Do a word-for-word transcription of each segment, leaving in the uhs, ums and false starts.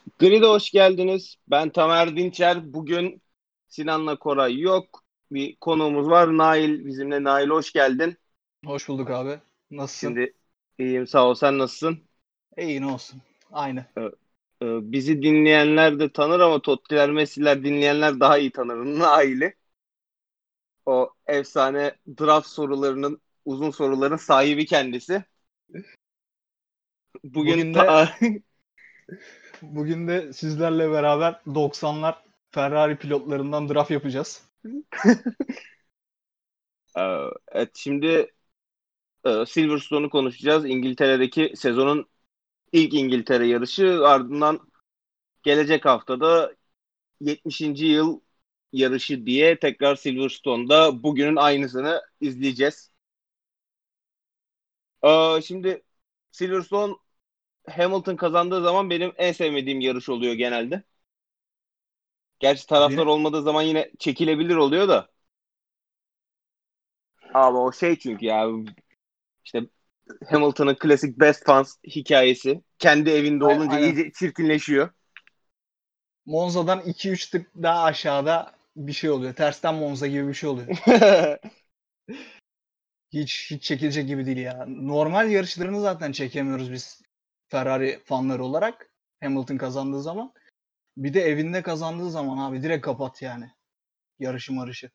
Grid'e hoş geldiniz. Ben Tamer Dinçer. Bugün Sinan'la Koray yok. Bir konuğumuz var. Nail bizimle. Nail hoş geldin. Hoş bulduk abi. Nasılsın? Şimdi iyiyim sağ ol. Sen nasılsın? İyi, ne olsun. Aynı. Ee, e, Bizi dinleyenler de tanır ama Tottiler, Messi'ler dinleyenler daha iyi tanır Nail'i. O efsane draft sorularının, uzun soruların sahibi kendisi. Bugün Bugün de ta- bugün de sizlerle beraber doksanlar Ferrari pilotlarından draft yapacağız. Ee, evet, şimdi e, Silverstone'u konuşacağız. İngiltere'deki sezonun ilk İngiltere yarışı, ardından gelecek haftada yetmişinci yıl yarışı diye tekrar Silverstone'da bugünün aynısını izleyeceğiz. Ee, şimdi Silverstone Hamilton kazandığı zaman benim en sevmediğim yarış oluyor genelde. Gerçi taraftar Abi, olmadığı zaman yine çekilebilir oluyor da. Abi o şey çünkü ya işte Hamilton'ın klasik best fans hikayesi. Kendi evinde a- olunca aynen. iyice çirkinleşiyor. Monza'dan iki üç tık daha aşağıda bir şey oluyor. Tersten Monza gibi bir şey oluyor. Hiç hiç çekilecek gibi değil ya. Normal yarışlarını zaten çekemiyoruz biz Ferrari fanları olarak. Hamilton kazandığı zaman. Bir de evinde kazandığı zaman abi direkt kapat yani. Yarışı marışı.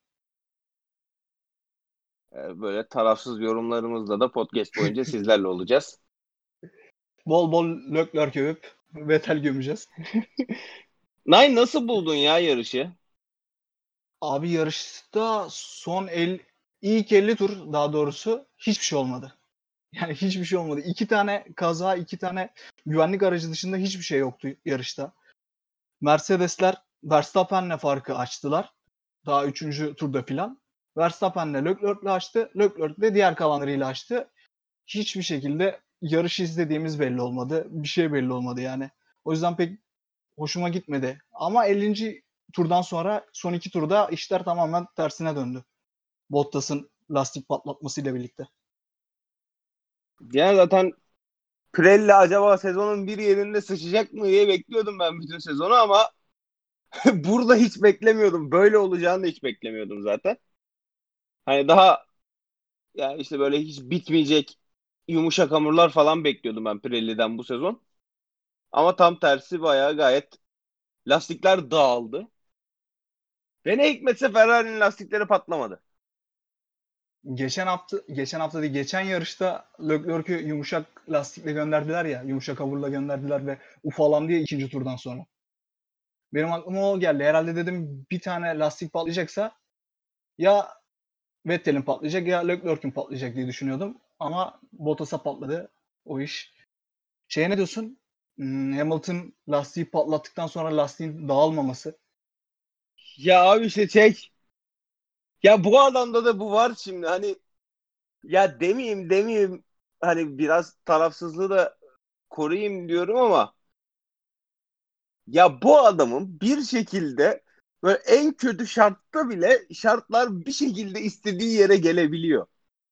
Böyle tarafsız yorumlarımızla da podcast boyunca sizlerle olacağız. Bol bol Leclerc övüp Vettel gömeceğiz. Nay, nasıl buldun ya yarışı? Abi yarışta son el ilk elli tur daha doğrusu hiçbir şey olmadı. Yani hiçbir şey olmadı. İki tane kaza, iki tane güvenlik aracı dışında hiçbir şey yoktu yarışta. Mercedesler Verstappen'le farkı açtılar. Daha üçüncü turda filan. Verstappen'le Leclerc'le açtı. Leclerc de diğer kalanlarıyla açtı. Hiçbir şekilde yarışı izlediğimiz belli olmadı. Bir şey belli olmadı yani. O yüzden pek hoşuma gitmedi. Ama ellinci turdan sonra son iki turda işler tamamen tersine döndü. Bottas'ın lastik patlatmasıyla birlikte. Yani zaten Pirelli acaba sezonun bir yerinde sıçacak mı diye bekliyordum ben bütün sezonu ama burada hiç beklemiyordum. Böyle olacağını da hiç beklemiyordum zaten. Hani daha yani işte böyle hiç bitmeyecek yumuşak hamurlar falan bekliyordum ben Pirelli'den bu sezon. Ama tam tersi bayağı gayet lastikler dağıldı. Ve ne hikmetse Ferrari'nin lastikleri patlamadı. Geçen hafta geçen hafta değil, geçen yarışta Leclerc'ü yumuşak lastikle gönderdiler ya, yumuşak hamurla gönderdiler ve ufalandı ya ikinci turdan sonra. Benim aklıma o geldi. Herhalde dedim bir tane lastik patlayacaksa ya Vettel'in patlayacak ya Leclerc'ün patlayacak diye düşünüyordum. Ama Bottas'a patladı o iş. Şeye ne diyorsun? Hmm, Hamilton lastiği patlattıktan sonra lastiğin dağılmaması. Ya abi işte şey, ya bu adamda da bu var şimdi, hani ya demeyeyim demeyeyim, hani biraz tarafsızlığı da koruyayım diyorum ama ya bu adamın bir şekilde böyle en kötü şartta bile şartlar bir şekilde istediği yere gelebiliyor.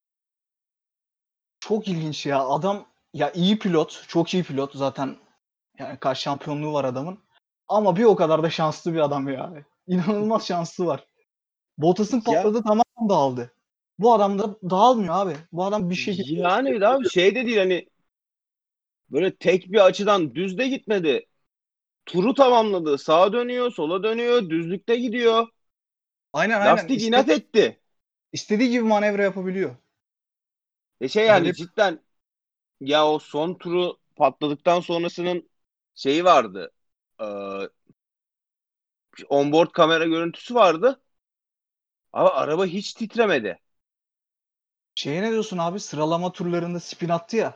Çok ilginç ya. Adam ya iyi pilot, çok iyi pilot zaten. Yani kaç şampiyonluğu var adamın. Ama bir o kadar da şanslı bir adam ya. İnanılmaz şanslı var. Bottas'ın Ya patladığı tamamen dağıldı. Bu adam da dağılmıyor abi. Bu adam bir şekilde yani bir daha bir şey de değil, hani böyle tek bir açıdan düz de gitmedi. Turu tamamladı. Sağa dönüyor, sola dönüyor, düzlükte gidiyor. aynen aynen Lastik iste, inat etti. istediği gibi manevra yapabiliyor. E şey yani Garip. cidden, ya o son turu patladıktan sonrasının şeyi vardı. Ee, onboard kamera görüntüsü vardı. Ama araba hiç titremedi. Şeye ne diyorsun abi? Sıralama turlarında spin attı ya.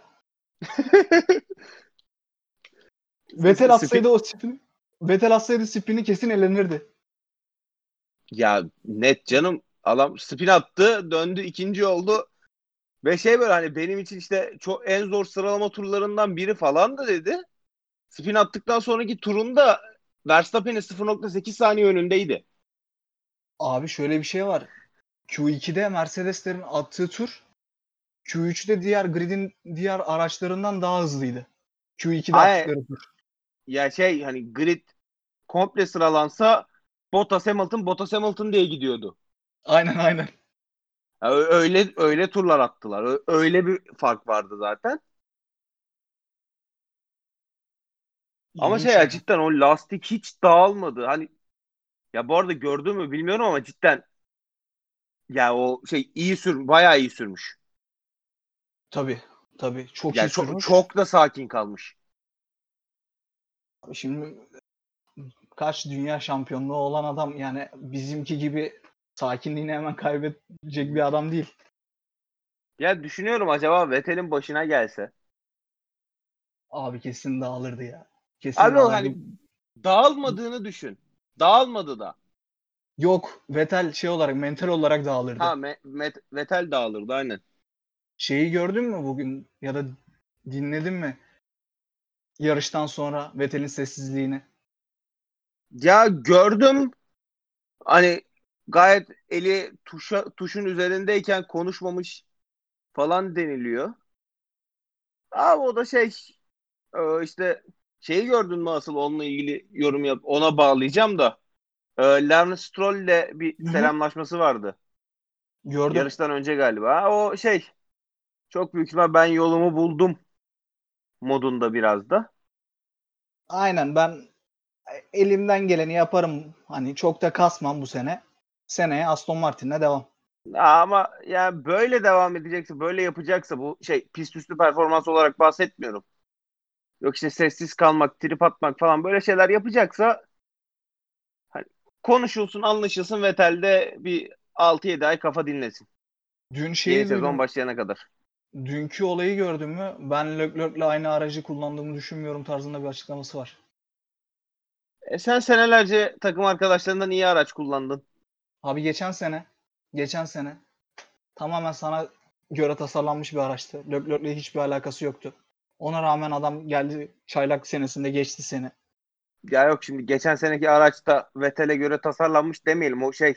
Vettel Spin, atsaydı o spin Vettel atsaydı spini kesin elenirdi. ya net canım, adam spin attı, döndü, ikinci oldu ve şey, böyle hani benim için işte çok en zor sıralama turlarından biri falan da dedi. Spin attıktan sonraki turunda Verstappen'in sıfır nokta sekiz saniye önündeydi. Abi şöyle bir şey var. Q iki'de Mercedeslerin attığı tur Q üç'te diğer gridin diğer araçlarından daha hızlıydı. Q iki'de Ay, attıkları tur. ya şey hani grid komple sıralansa Bottas Hamilton Bottas Hamilton diye gidiyordu. Aynen aynen. Ya ö- öyle öyle turlar attılar. Ö- öyle bir fark vardı zaten. Ama şey İlginç ya ya. cidden o lastik hiç dağılmadı. Hani ya bu arada gördün mü bilmiyorum ama cidden ya o şey iyi sür bayağı iyi sürmüş. Tabii. Tabii. Çok iyi Ya çok sürmüş. çok da sakin kalmış. Şimdi kaç dünya şampiyonluğu olan adam, yani bizimki gibi sakinliğini hemen kaybedecek bir adam değil. Ya düşünüyorum acaba Vettel'in başına gelse. Abi kesin dağılırdı ya. Kesin Abi o dağılırdı. hani dağılmadığını düşün. Dağılmadı da. Yok, Vettel şey olarak, mental olarak Ha dağılırdı. Me- Met- Vettel dağılırdı aynen. Şeyi gördün mü bugün ya da dinledin mi yarıştan sonra Vettel'in sessizliğini? Ya gördüm hani gayet eli tuşa, tuşun üzerindeyken konuşmamış falan deniliyor. Abi o da şey e, işte şeyi gördün mü asıl onunla ilgili yorum yap ona bağlayacağım da e, Lance Stroll'le bir Hı hı. selamlaşması vardı. Gördüm. Yarıştan önce galiba. O şey çok büyük ihtimal ben yolumu buldum modunda biraz da. Aynen, ben elimden geleni yaparım. Hani çok da kasmam bu sene. Seneye Aston Martin'le devam. Ama yani böyle devam edecekse, böyle yapacaksa bu şey pist üstü performans olarak bahsetmiyorum. Yok işte sessiz kalmak, trip atmak falan böyle şeyler yapacaksa hani konuşulsun, anlaşılsın Vettel'de bir altı yedi ay kafa dinlesin. Dün Yeni şeyi sezon duydum. başlayana kadar. Dünkü olayı gördün mü? Ben Leclerc'le aynı aracı kullandığımı düşünmüyorum tarzında bir açıklaması var. E sen senelerce takım arkadaşlarından iyi araç kullandın. Abi geçen sene, geçen sene tamamen sana göre tasarlanmış bir araçtı. Leclerc'le hiçbir alakası yoktu. Ona rağmen adam geldi, çaylak senesinde geçti seni. Ya yok şimdi geçen seneki araç da Vettel'e göre tasarlanmış demeyelim o şey.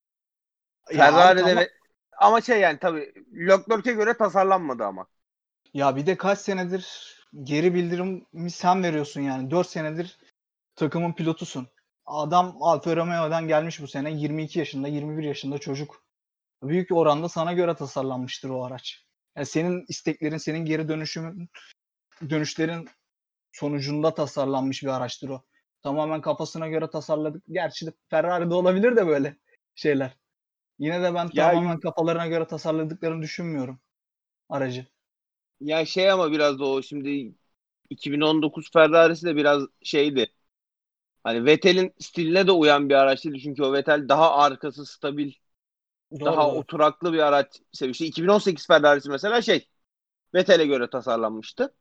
Ya abi Ferrari'de tamam. ve ama şey yani tabii Leclerc'e göre tasarlanmadı ama. Ya bir de kaç senedir geri bildirimi sen veriyorsun yani. Dört senedir takımın pilotusun. Adam Alfa Romeo'dan gelmiş bu sene. yirmi iki yaşında, yirmi bir yaşında çocuk. Büyük oranda sana göre tasarlanmıştır o araç. Yani senin isteklerin, senin geri dönüşümün, dönüşlerin sonucunda tasarlanmış bir araçtır o. Tamamen kafasına göre tasarladık. Gerçi de Ferrari'de olabilir de böyle şeyler. Yine de ben Ya tamamen kafalarına göre tasarladıklarını düşünmüyorum aracı. ya şey ama biraz da o şimdi iki bin on dokuz Ferrari'si de biraz şeydi. Hani Vettel'in stiline de uyan bir araç değil. Çünkü o Vettel daha arkası stabil, Doğru daha doğru. oturaklı bir araç sevişti. iki bin on sekiz Ferrari'si mesela şey Vettel'e göre tasarlanmıştı.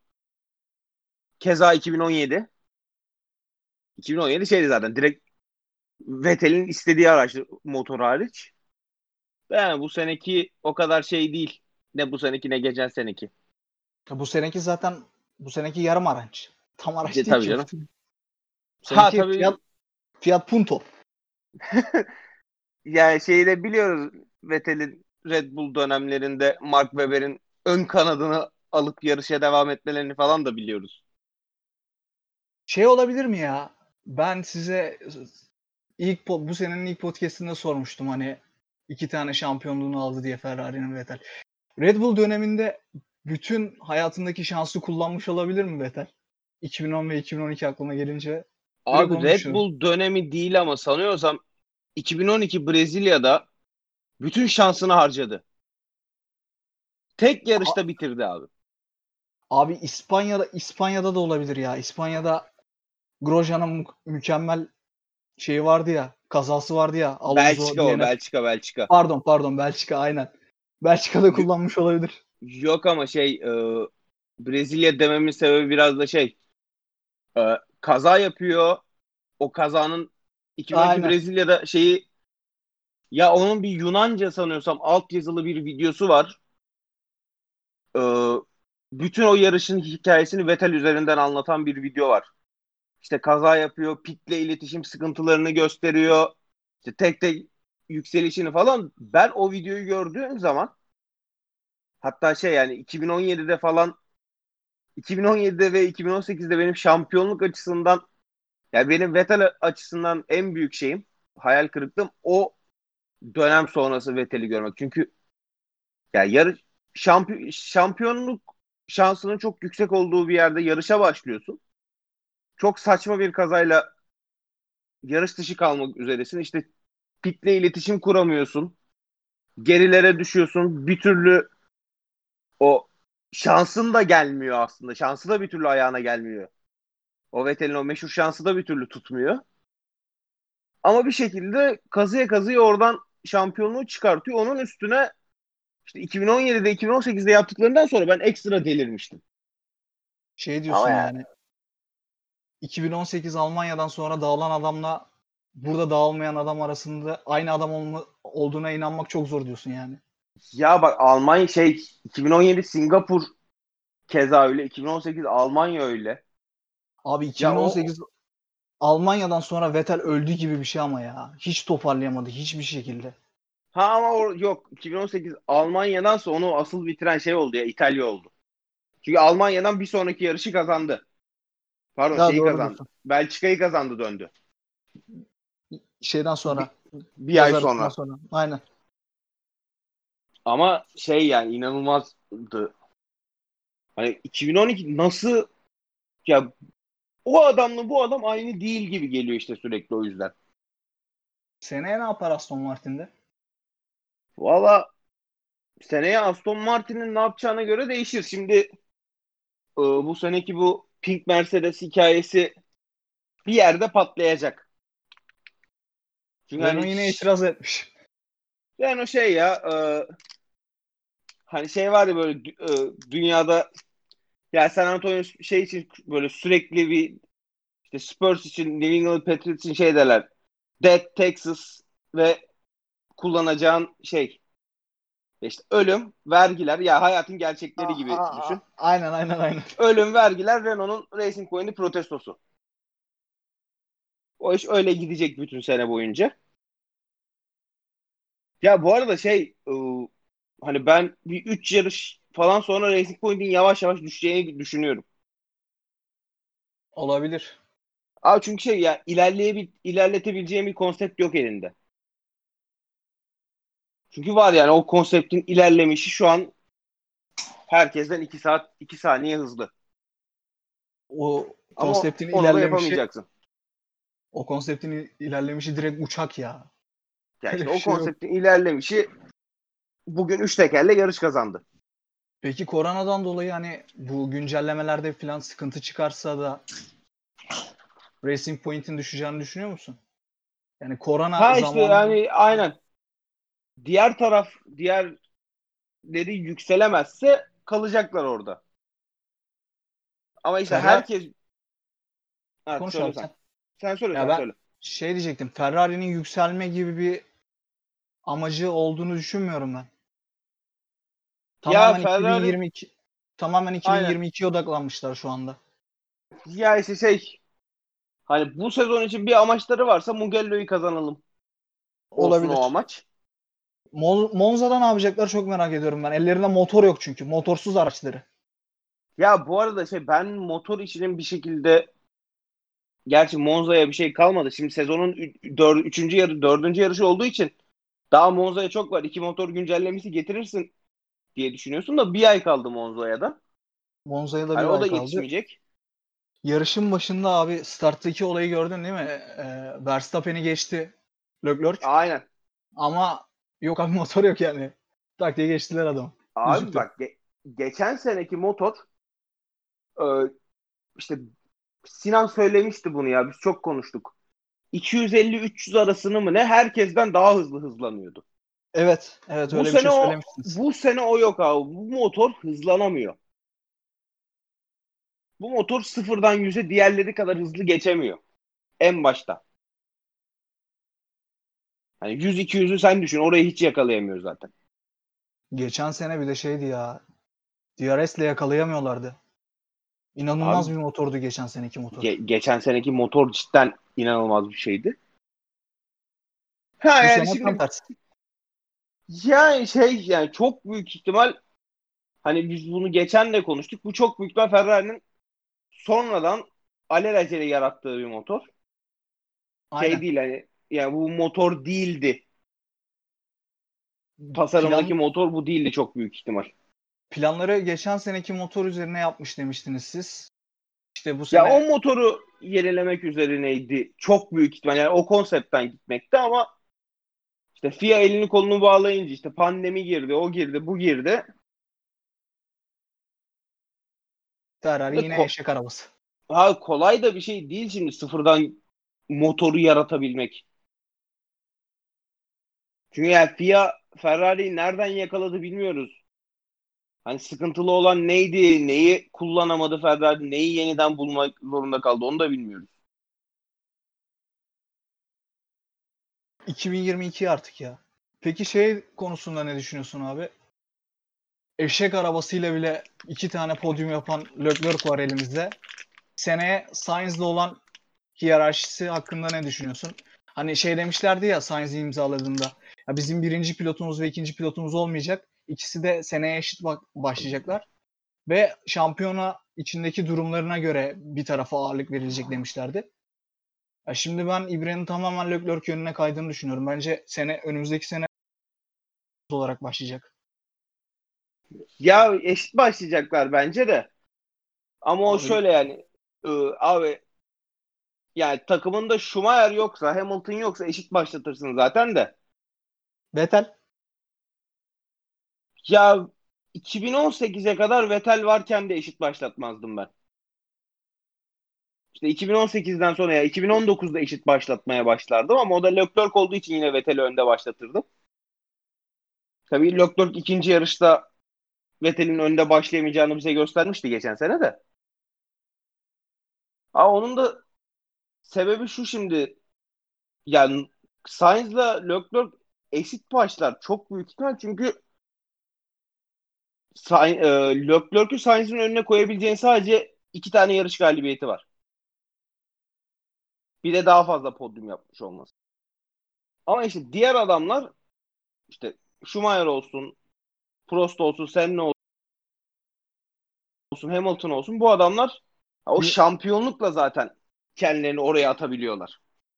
Keza iki bin on yedi. iki bin on yedi şeydi zaten direkt Vettel'in istediği araçtı motor hariç. Yani bu seneki o kadar şey değil. Ne bu seneki ne geçen seneki. Bu seneki zaten bu seneki yarım araç. Tam araç Ce, değil tabii ki bu. canım. Bu Ha seneki tabii Fiat, Fiat Punto. yani şeyi de biliyoruz Vettel'in Red Bull dönemlerinde Mark Webber'in ön kanadını alıp yarışa devam etmelerini falan da biliyoruz. Şey olabilir mi ya? Ben size ilk po- bu senenin ilk podcast'inde sormuştum, hani iki tane şampiyonluğunu aldı diye Ferrari'nin Vettel. Red Bull döneminde bütün hayatındaki şansı kullanmış olabilir mi Vettel? iki bin on ve iki bin on iki aklıma gelince direkt Abi onu Red düşünüyorum. Bull dönemi değil ama sanıyorsam iki bin on iki Brezilya'da bütün şansını harcadı. Tek A- yarışta bitirdi abi. Abi İspanya'da İspanya'da da olabilir ya. İspanya'da Grosjean'ın mü- mükemmel şeyi vardı ya, kazası vardı ya. Alonso Belçika o, D N F. Belçika, Belçika. Pardon pardon Belçika, aynen. Belçika'da Y- kullanmış olabilir. Yok ama şey e, Brezilya dememin sebebi biraz da şey e, kaza yapıyor. O kazanın iki bin on iki Aynen. Brezilya'da şeyi ya onun bir Yunanca sanıyorsam altyazılı bir videosu var. Ee, bütün o yarışın hikayesini Vettel üzerinden anlatan bir video var. İşte kaza yapıyor, pitle iletişim sıkıntılarını gösteriyor. İşte tek tek yükselişini falan. Ben o videoyu gördüğüm zaman hatta şey yani iki bin on yedide falan iki bin on yedide ve iki bin on sekizde benim şampiyonluk açısından, yani benim Vettel açısından en büyük şeyim, hayal kırıklığım o dönem sonrası Vettel'i görmek. Çünkü yani yarış şampiyon, şampiyonluk şansının çok yüksek olduğu bir yerde yarışa başlıyorsun. Çok saçma bir kazayla yarış dışı kalmak üzeresin. İşte pitle iletişim kuramıyorsun. Gerilere düşüyorsun. Bir türlü o şansın da gelmiyor aslında. Şansı da bir türlü ayağına gelmiyor. O Vettel'in o meşhur şansı da bir türlü tutmuyor. Ama bir şekilde kazıya kazıya oradan şampiyonluğu çıkartıyor. Onun üstüne işte iki bin on yedide iki bin on sekizde yaptıklarından sonra ben ekstra delirmiştim. Şey Ama diyorsun ya, yani iki bin on sekiz Almanya'dan sonra dağılan adamla burada dağılmayan adam arasında aynı adam olma, olduğuna inanmak çok zor diyorsun yani. ya bak Almanya şey iki bin on yedi Singapur keza öyle. iki bin on sekiz Almanya öyle. Abi Ya o iki bin on sekiz Almanya'dan sonra Vettel öldü gibi bir şey ama ya. Hiç toparlayamadı hiçbir şekilde. ha ama o, yok iki bin on sekiz Almanya'dan sonra onu asıl bitiren şey oldu ya, İtalya oldu. Çünkü Almanya'dan bir sonraki yarışı kazandı. Pardon, Daha şeyi doğru kazandı. diyorsun. Belçika'yı kazandı, döndü. Şeyden Bir, sonra bir yaz ay arasından sonra. sonra. Aynen. Ama şey yani inanılmazdı. Hani iki bin on iki nasıl, ya o adamla bu adam aynı değil gibi geliyor işte sürekli o yüzden. Seneye ne yapar Aston Martin'de? Valla seneye Aston Martin'in ne yapacağına göre değişir. Şimdi e, bu seneki bu Pink Mercedes hikayesi bir yerde patlayacak. Çünkü Renault hani yine ş- itiraz etmiş. yani o şey ya, e, hani şey var ya böyle dü- e, dünyada, ya San Antonio şey için böyle sürekli bir işte Spurs için, New England Patriots için şey derler. Death, Texas ve kullanacağın şey işte ölüm, vergiler, ya hayatın gerçekleri A- gibi a- düşün. a- aynen aynen aynen. Ölüm, vergiler, Renault'un Racing Point'i protestosu. O iş öyle gidecek bütün sene boyunca. Ya bu arada şey, e, hani ben bir üç yarış falan sonra Racing Point'in yavaş yavaş düşeceğini düşünüyorum. Olabilir. Abi çünkü şey ya, ilerleyebil ilerletebileceğim bir konsept yok elinde. Çünkü var yani, o konseptin ilerlemişi şu an herkesten iki saat iki saniye hızlı. O Ama konseptin onu da ilerlemişi yapamayacaksın. o konseptin ilerlemişi direkt uçak ya. Ya Öyle işte bir o şey yok. konseptin ilerlemişi bugün üç tekerle yarış kazandı. Peki koronadan dolayı hani bu güncellemelerde falan sıkıntı çıkarsa da Racing Point'in düşeceğini düşünüyor musun? Yani korona Ha işte zamanı yani aynen. Diğer taraf diğerleri yükselemezse kalacaklar orada. Ama işte Ferrari herkes, ha, konuş söyle abi sen. sen. Sen söyle Ya sen ben söyle. şey diyecektim. Ferrari'nin yükselme gibi bir amacı olduğunu düşünmüyorum ben. Ya Tamamen Ferrari iki bin yirmi iki tamamen aynen. iki bin yirmi ikiye odaklanmışlar şu anda. Ya işte şey, hani bu sezon için bir amaçları varsa Mugello'yu kazanalım olsun o Olabilir. amaç. Mon- Monza'da ne yapacaklar çok merak ediyorum ben. Ellerinde motor yok çünkü. Motorsuz araçları. Ya bu arada şey, ben motor işinin bir şekilde, gerçi Monza'ya bir şey kalmadı. Şimdi sezonun ü- dör, üçüncü yarı, dördüncü yarışı olduğu için daha Monza'ya çok var. İki motor güncellemesi getirirsin diye düşünüyorsun da bir ay kaldı Monza'ya da. Monza'ya da Hani bir o ay da kaldı. yetişmeyecek. Yarışın başında abi starttaki olayı gördün değil mi? Ee, Verstappen'i geçti Leclerc. Aynen. Ama yok abi motor yok yani. Tak diye geçtiler adamı. Abi Düzlükte. bak ge- geçen seneki motor, e, işte Sinan söylemişti bunu ya, biz çok konuştuk. iki yüz elli üç yüz arasını mı ne, herkesten daha hızlı hızlanıyordu. Evet. Evet Bu öyle bir sene şey o söylemiştiniz. bu sene o yok abi. Bu motor hızlanamıyor. Bu motor sıfırdan yüze diğerleri kadar hızlı geçemiyor. En başta. Hani yüz iki yüzü sen düşün. Orayı hiç yakalayamıyor zaten. Geçen sene bir de şeydi ya. D R S'le yakalayamıyorlardı. İnanılmaz Abi bir motordu geçen seneki motor. ge- geçen seneki motor cidden inanılmaz bir şeydi. Ha Bu yani sene tam şimdi, tersi. yani şey, yani çok büyük ihtimal Hani biz bunu geçen de konuştuk. Bu çok büyük ihtimal Ferrari'nin sonradan alelacele yarattığı bir motor. Şey Aynen. değil hani, yani bu motor değildi. Plan Tasarımdaki motor bu değildi çok büyük ihtimal. planları geçen seneki motor üzerine yapmış demiştiniz siz. İşte bu Ya o sene motoru yenilemek üzerineydi. Çok büyük ihtimal. Yani o konseptten gitmekti ama işte F I A elini kolunu bağlayınca işte pandemi girdi, o girdi, bu girdi. Ferrari Ve yine ko- eşek arabası. ha, kolay da bir şey değil şimdi sıfırdan motoru yaratabilmek. Çünkü yani F I A Ferrari'yi nereden yakaladı bilmiyoruz. Hani sıkıntılı olan neydi, neyi kullanamadı Ferrari, neyi yeniden bulmak zorunda kaldı onu da bilmiyoruz. iki bin yirmi iki artık ya. Peki şey konusunda ne düşünüyorsun abi? Eşek arabasıyla bile iki tane podyum yapan Leclerc var elimizde. Seneye Sainz'le olan hiyerarşisi hakkında ne düşünüyorsun? Hani şey demişlerdi ya Sainz'i imzaladığında. Ya bizim birinci pilotumuz ve ikinci pilotumuz olmayacak. İkisi de seneye eşit bak- başlayacaklar. Ve şampiyona içindeki durumlarına göre bir tarafa ağırlık verilecek demişlerdi. Ya şimdi ben İbre'nin tamamen Leclerc yönüne kaydığını düşünüyorum. Bence sene önümüzdeki sene olarak başlayacak. Ya eşit başlayacaklar bence de. Ama o Abi şöyle yani, ıı, abi yani takımında Schumacher yoksa, Hamilton yoksa eşit başlatırsın zaten de. Vettel Ya iki bin on sekize kadar Vettel varken de eşit başlatmazdım ben. İşte iki bin on sekizden sonra ya iki bin on dokuzda eşit başlatmaya başlardım ama o da Leclerc olduğu için yine Vettel'i önde başlatırdım. Tabii Leclerc ikinci yarışta Vettel'in önde başlayamayacağını bize göstermişti geçen sene de. Ama onun da sebebi şu şimdi, yani Sainz'la Leclerc eşit başlar çok büyük ihtimal çünkü Sain, e, Leclerc'ü Sainz'in önüne koyabileceğin sadece iki tane yarış galibiyeti var. Bir de daha fazla podyum yapmış olması. Ama işte diğer adamlar, işte Schumacher olsun, Prost olsun, Senna olsun, Hamilton olsun, bu adamlar o bir şampiyonlukla zaten kendilerini oraya atabiliyorlar.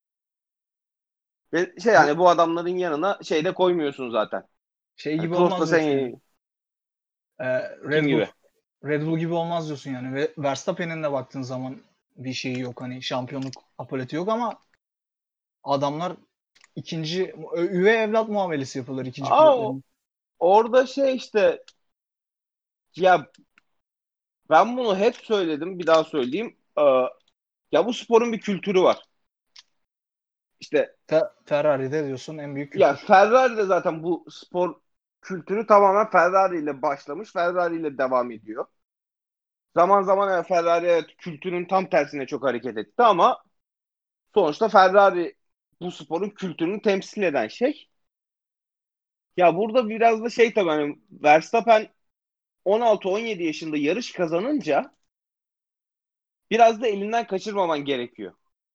Ve şey bu yani bu adamların yanına şey de koymuyorsun zaten. şey Yani gibi Prost'la olmaz sen diyorsun yani. yeni- Ee, kim Red Bull gibi? Red Bull gibi olmaz diyorsun yani. Ve Verstappen'in de baktığın zaman bir şeyi yok hani şampiyonluk apoleti yok ama adamlar ikinci üvey evlat muamelesi yapılır ikinci Aa, o- pilotların. orada şey işte, ya ben bunu hep söyledim, bir daha söyleyeyim. Ee, ya bu sporun bir kültürü var. İşte Fe- Ferrari'de diyorsun en büyük ya kültür. Ferrari de zaten bu spor kültürü tamamen Ferrari ile başlamış, Ferrari ile devam ediyor. Zaman zaman evet, Ferrari evet, kültürün tam tersine çok hareket etti ama sonuçta Ferrari bu sporun kültürünü temsil eden şey. Ya burada biraz da şey tabii, hani Verstappen on altı on yedi yaşında yarış kazanınca biraz da elinden kaçırmaman gerekiyor.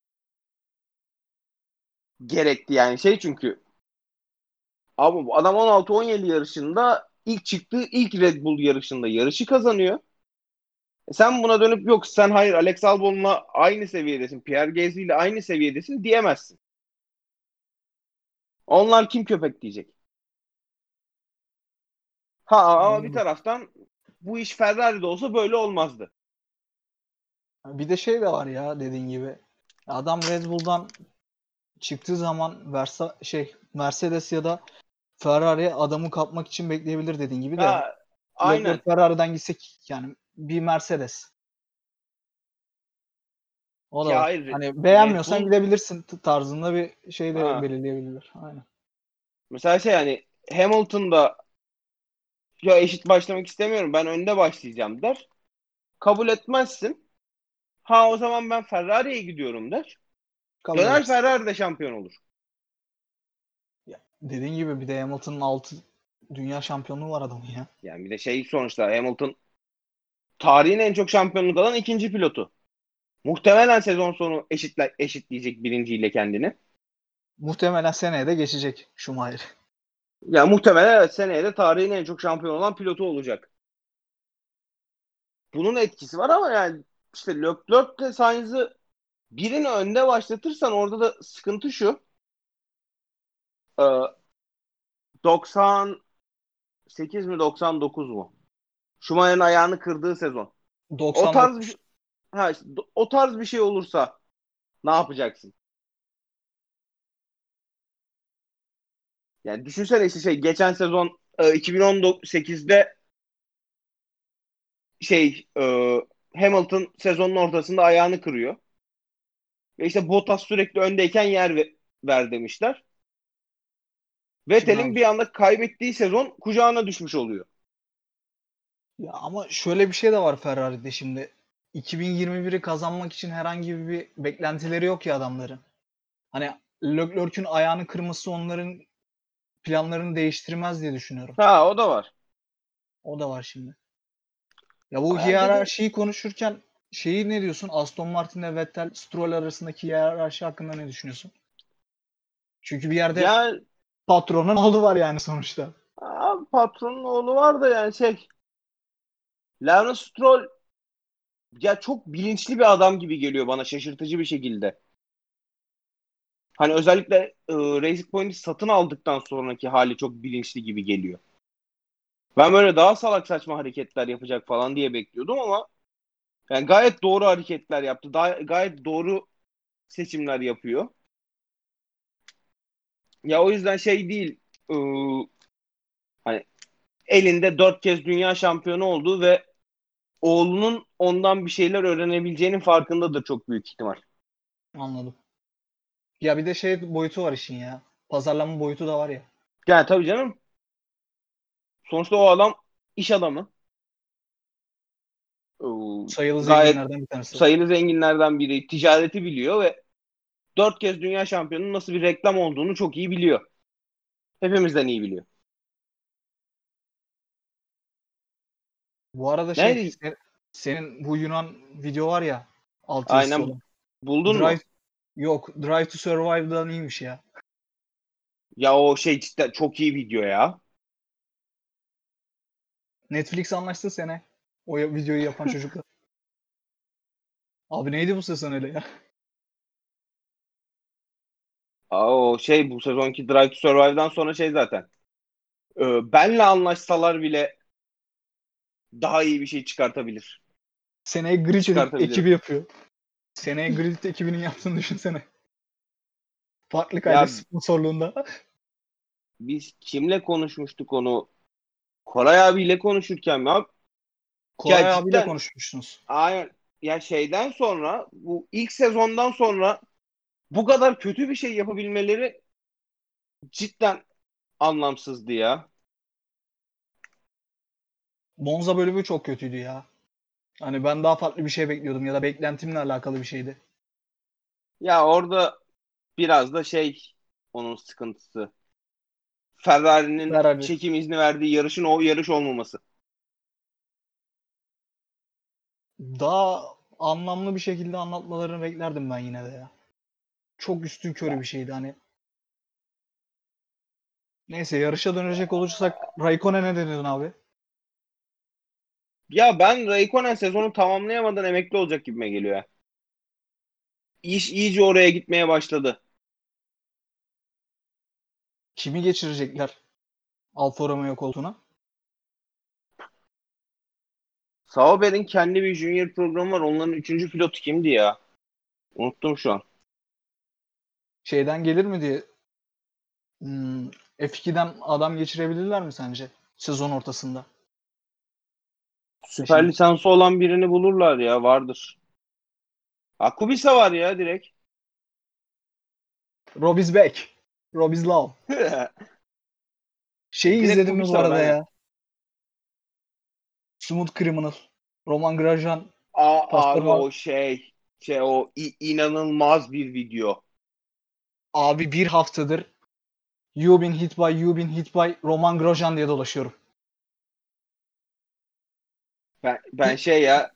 Gerekti yani şey, çünkü abi bu adam on altı on yedi yarışında ilk çıktığı ilk Red Bull yarışında yarışı kazanıyor. E sen buna dönüp yok sen hayır Alex Albon'la aynı seviyedesin, Pierre Gasly ile aynı seviyedesin diyemezsin. Onlar kim köpek diyecek. Ha ama bir Anladım. taraftan bu iş Ferrari'de olsa böyle olmazdı. Bir de şey de var ya dediğin gibi. Adam Red Bull'dan çıktığı zaman Versa şey Mercedes ya da Ferrari adamı kapmak için bekleyebilir dediğin gibi de Ha, Leclerc aynen. Ferrari'den gitsek yani bir Mercedes. O da Ya var. hayır, Hani Red beğenmiyorsan Bull, gidebilirsin t- tarzında bir şey de ha, belirleyebilirler. Aynen. mesela şey yani Hamilton'da ya eşit başlamak istemiyorum ben önde başlayacağım der. Kabul etmezsin. Ha o zaman ben Ferrari'ye gidiyorum der. Kabul Döner edersin. Ferrari de şampiyon olur. Ya, dediğin gibi bir de Hamilton'ın altı dünya şampiyonluğu var adamın ya. Yani bir de şey sonuçta Hamilton tarihin en çok şampiyonluk alan ikinci pilotu. Muhtemelen sezon sonu eşitle, eşitleyecek birinciyle kendini. Muhtemelen seneye de geçecek Schumacher. Ya muhtemelen evet seneye de tarihin en çok şampiyon olan pilotu olacak. bunun etkisi var ama yani işte Leclerc'le Sainz'ı birini önde başlatırsan orada da sıkıntı şu. Ee, doksan sekiz mi doksan dokuz mu? Schumacher'ın ayağını kırdığı sezon. O tarz bir doksan dokuz. şey, ha işte, o tarz bir şey olursa ne yapacaksın? Yani düşünsene işte şey geçen sezon e, iki bin on sekizde şey e, Hamilton sezonun ortasında ayağını kırıyor. Ve işte Bottas sürekli öndeyken yer ve- ver demişler. Şimdi Vettel'in abi. bir anda kaybettiği sezon kucağına düşmüş oluyor. Ya ama şöyle bir şey de var Ferrari'de şimdi. iki bin yirmi biri kazanmak için herhangi bir beklentileri yok ya adamların. Hani Leclerc'ün ayağını kırması onların planlarını değiştirmez diye düşünüyorum. Ha o da var. O da var şimdi. Ya bu Ama yani dediğin hiyerarşiyi konuşurken şeyi ne diyorsun? Aston Martin ve Vettel, Stroll arasındaki hiyerarşi hakkında ne düşünüyorsun? Çünkü bir yerde yani patronun oğlu var yani sonuçta. abi patronun oğlu var da yani şey Lawrence Stroll ya çok bilinçli bir adam gibi geliyor bana şaşırtıcı bir şekilde. Hani özellikle e, Racing Point'i satın aldıktan sonraki hali çok bilinçli gibi geliyor. Ben böyle daha salak saçma hareketler yapacak falan diye bekliyordum ama yani gayet doğru hareketler yaptı. Daha, gayet doğru seçimler yapıyor. Ya o yüzden şey değil. E, hani elinde dört kez dünya şampiyonu oldu ve oğlunun ondan bir şeyler öğrenebileceğinin farkındadır çok büyük ihtimal. Anladım. Ya bir de şey boyutu var işin ya. Pazarlama boyutu da var ya. Yani tabii canım. Sonuçta o adam iş adamı. Ee, Sayılı gayet zenginlerden bir tanesi. sayılı zenginlerden biri. Ticareti biliyor ve dört kez dünya şampiyonunun nasıl bir reklam olduğunu çok iyi biliyor. Hepimizden iyi biliyor. Bu arada şey Ne? se- senin bu Yunan video var ya alt yazısı Aynen olan. buldun Drive mu? yok. Drive to Survive'dan iyiymiş ya. Ya o şey cidden çok iyi video ya. Netflix anlaştı sene. O ya- videoyu yapan çocukla. Abi neydi bu sezon öyle ya? Aa, o şey bu sezonki Drive to Survive'dan sonra şey zaten. Ee, benle anlaşsalar bile daha iyi bir şey çıkartabilir. Seneye Grid eki- Çıkartabilirim. ekibi yapıyor. Seneye Grid ekibinin yaptığını düşünsene. Farklı kaydı Ya sponsorluğunda. biz kimle konuşmuştuk onu? Koray abiyle konuşurken ya, ya Koray abiyle cidden konuşmuşsunuz. aynen ya şeyden sonra bu ilk sezondan sonra bu kadar kötü bir şey yapabilmeleri cidden anlamsızdı ya. Monza bölümü çok kötüydü ya. Hani ben daha farklı bir şey bekliyordum ya da beklentimle alakalı bir şeydi. Ya orada biraz da şey onun sıkıntısı. Ferrari'nin Ferrari. çekim izni verdiği yarışın o yarış olmaması. Daha anlamlı bir şekilde anlatmalarını beklerdim ben yine de ya. Çok üstünkörü bir şeydi hani. Neyse yarışa dönecek olursak Raikkonen'e ne dedin abi? Ya ben Raikkonen sezonu tamamlayamadan emekli olacak gibime geliyor ya. İş iyice oraya gitmeye başladı. Kimi geçirecekler Alfa Romeo koltuğuna? Sauber'in kendi bir junior programı var. Onların üçüncü pilotu kimdi ya? Unuttum şu an. Şeyden gelir mi diye hmm, F ikiden adam geçirebilirler mi sence? Sezon ortasında. Ya Süper şimdi lisansı olan birini bulurlar ya. Vardır. Ha, Kubica var ya direkt. Rob is back. Rob is love. Şeyi Direkt izledin mi bu Kubica var arada aynen. ya? Smooth Criminal. Roman Grosjean Aa, abi Pastor o şey şey o i- inanılmaz bir video. abi bir haftadır You been hit by, you been hit by Roman Grosjean diye dolaşıyorum. Ben, ben şey ya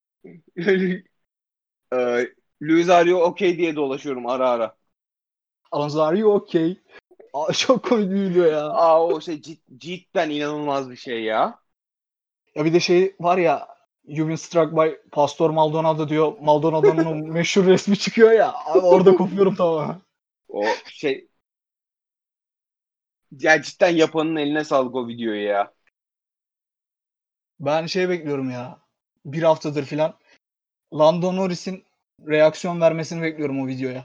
e, Luis Ario okey diye dolaşıyorum ara ara. Alonso are you okay? Aa, çok komik bir video ya. Aa o şey cid- cidden inanılmaz bir şey ya. Ya bir de şey var ya You've been struck by Pastor Maldonado diyor. Maldonado'nun o meşhur resmi çıkıyor ya. Abi orada kopuyorum tamamen. O şey ya cidden yapanın eline sağlık o videoyu ya. Ben şey bekliyorum ya. Bir haftadır filan. Lando Norris'in reaksiyon vermesini bekliyorum o videoya.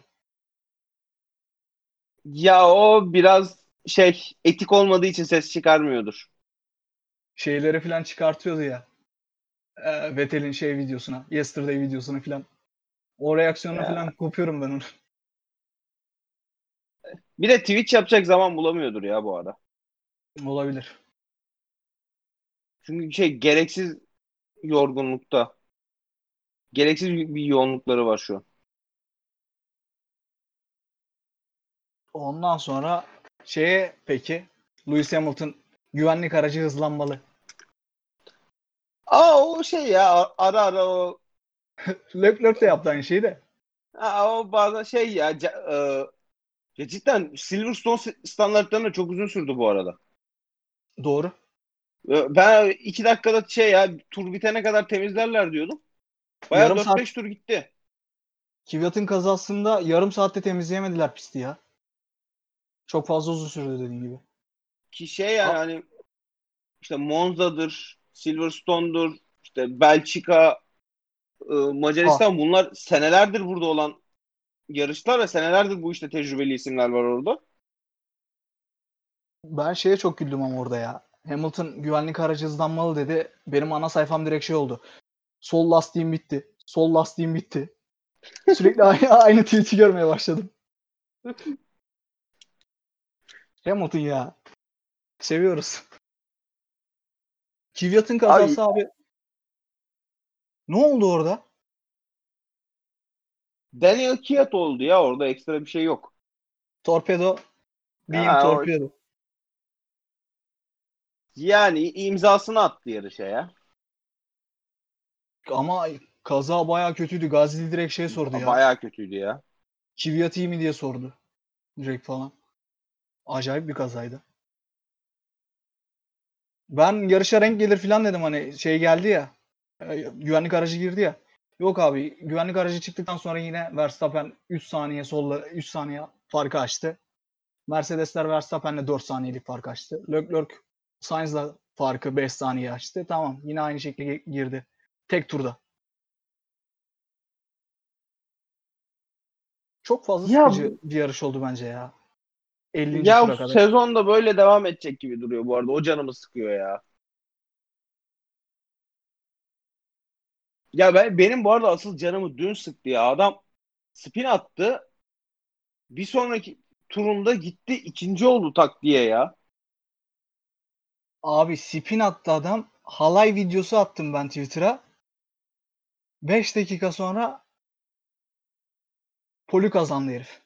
Ya o biraz şey etik olmadığı için ses çıkarmıyordur. Şeyleri filan çıkartıyordu ya. E, Vettel'in şey videosuna. Yesterday videosuna filan. O reaksiyonu Ya. filan kopuyorum ben onu. Bir de Twitch yapacak zaman bulamıyordur ya bu ara. Olabilir. Çünkü şey gereksiz yorgunlukta. Gereksiz bir yoğunlukları var şu an. Ondan sonra şeye peki Lewis Hamilton güvenlik aracı hızlanmalı. Aa o şey ya ara ara o Leclerc de yaptı aynı şeyi de. aa, o bazen şey ya, ca- e, ya cidden Silverstone standartlarına çok uzun sürdü bu arada. Doğru. E, Ben iki dakikada şey ya tur bitene kadar temizlerler diyordum. Baya Yarım dört saat beş tur gitti. Kvyat'ın kazasında yarım saatte temizleyemediler pisti ya. Çok fazla uzun sürdü dediğin gibi. Ki şey yani A- hani işte Monza'dır, Silverstone'dur, işte Belçika, e, ah, Macaristan bunlar senelerdir burada olan yarışlar ve senelerdir bu işte tecrübeli isimler var orada. ben şeye çok güldüm ama orada ya. Hamilton güvenlik aracı hızlanmalı dedi. Benim ana sayfam direkt şey oldu. Sol lastiğim bitti. Sol lastiğim bitti. Sürekli aynı, aynı tweet'i görmeye başladım. Hamilton ya. Seviyoruz. Kvyat'ın Abi kazası abi. Ne oldu orada? Daniel Kvyat oldu ya orada ekstra bir şey yok. Torpedo. Being Ha, o, torpedo. yani imzasını attı yarışa ya. Ama kaza bayağı kötüydü. Gazili direkt şey sordu ya. Bayağı kötüydü ya. Kvyat iyi mi diye sordu. Direkt falan. Acayip bir kazaydı. Ben yarışa renk gelir falan dedim hani şey geldi ya. e, Güvenlik aracı girdi ya. Yok abi güvenlik aracı çıktıktan sonra yine Verstappen üç saniye solla üç saniye farkı açtı. Mercedesler Verstappen'le dört saniyelik fark açtı. Leclerc Sainz'la farkı beş saniye açtı. Tamam yine aynı şekilde girdi. Tek turda. Çok fazla Ya sıkıcı bir yarış oldu bence ya. ellinci ya tura kadar. sezonda böyle devam edecek gibi duruyor bu arada. O canımı sıkıyor ya. Ya ben benim bu arada asıl canımı dün sıktı ya. Adam spin attı. Bir sonraki turunda gitti ikinci oldu tak diye ya. Abi spin attı adam. Halay videosu attım ben Twitter'a. beş dakika sonra poli kazandı herif.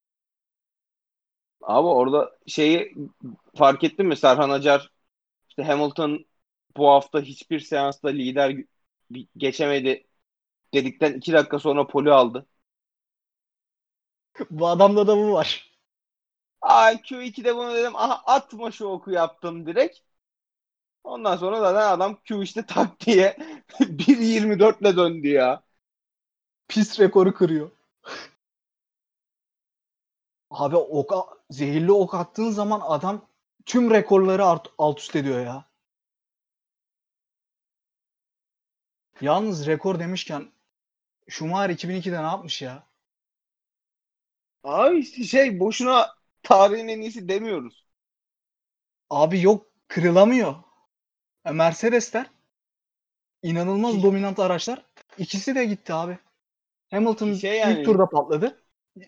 Abi orada şeyi fark ettin mi? Serhan Acar işte Hamilton bu hafta hiçbir seansta lider geçemedi dedikten iki dakika sonra poli aldı. Bu adamda da bu var. Aa Q ikide bunu dedim. Aha atma şu oku yaptım direkt. Ondan sonra zaten adam Q işte tak diye bir yirmi dört ile döndü ya. Pist rekoru kırıyor. Abi ok, zehirli ok attığın zaman adam tüm rekorları alt, alt üst ediyor ya. Yalnız rekor demişken Schumacher iki bin ikide ne yapmış ya? Abi işte şey boşuna tarihin en iyisi demiyoruz. Abi yok kırılamıyor. E, Mercedesler inanılmaz Ki, dominant araçlar. İkisi de gitti abi. ki Hamilton şey ilk yani turda patladı.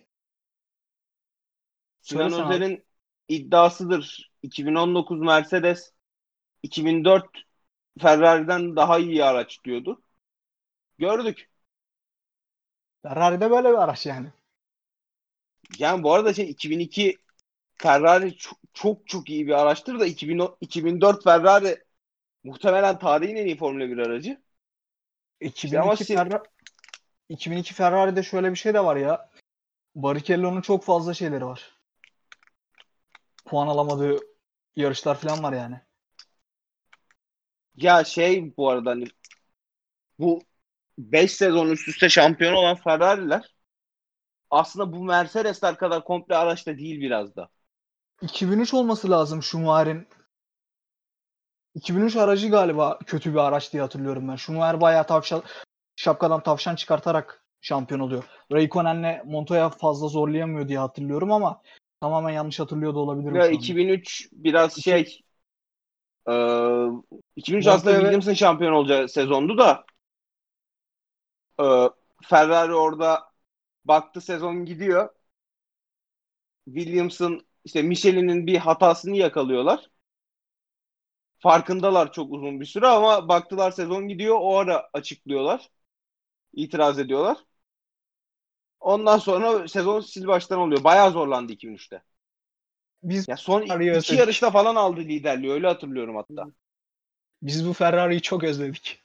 Sinan Söylesen abi. Özer'in iddiasıdır. iki bin on dokuz Mercedes iki bin dört Ferrari'den daha iyi araç diyordu. Gördük. Ferrari'de böyle bir araç yani. Yani bu arada şey iki bin iki Ferrari çok çok, çok iyi bir araçtır da iki bin on iki bin dört Ferrari muhtemelen tarihin en iyi Formula bir aracı. İşte ama iki bin iki si- Ferrari iki bin iki Ferrari'de şöyle bir şey de var ya. Barrichello'nun çok fazla şeyleri var. Puan alamadığı yarışlar falan var yani. ya şey bu arada hani bu beş sezon üst üste şampiyon olan Ferrari'ler aslında bu Mercedesler kadar komple araçta değil biraz da. iki bin üç olması lazım Schumacher'in. iki bin üç aracı galiba kötü bir araç diye hatırlıyorum ben. Schumacher bayağı tavşan, şapkadan tavşan çıkartarak şampiyon oluyor. Raikkonen'le Montoya fazla zorlayamıyor diye hatırlıyorum ama tamamen yanlış hatırlıyor da olabilirim Ya şu anda. iki bin üç biraz İki- şey e, iki bin üç aslında Montoya ve Williams'ın şampiyon olacağı sezondu da e, Ferrari orada baktı sezon gidiyor. Williams'ın işte Michelin'in bir hatasını yakalıyorlar. Farkındalar çok uzun bir süre ama baktılar sezon gidiyor. O ara açıklıyorlar. İtiraz ediyorlar. Ondan sonra sezon sil baştan oluyor. Bayağı zorlandı iki bin üçte. biz Ya son Ferrari'yi iki özledik. yarışta falan aldı liderliği. Öyle hatırlıyorum hatta. Biz bu Ferrari'yi çok özledik.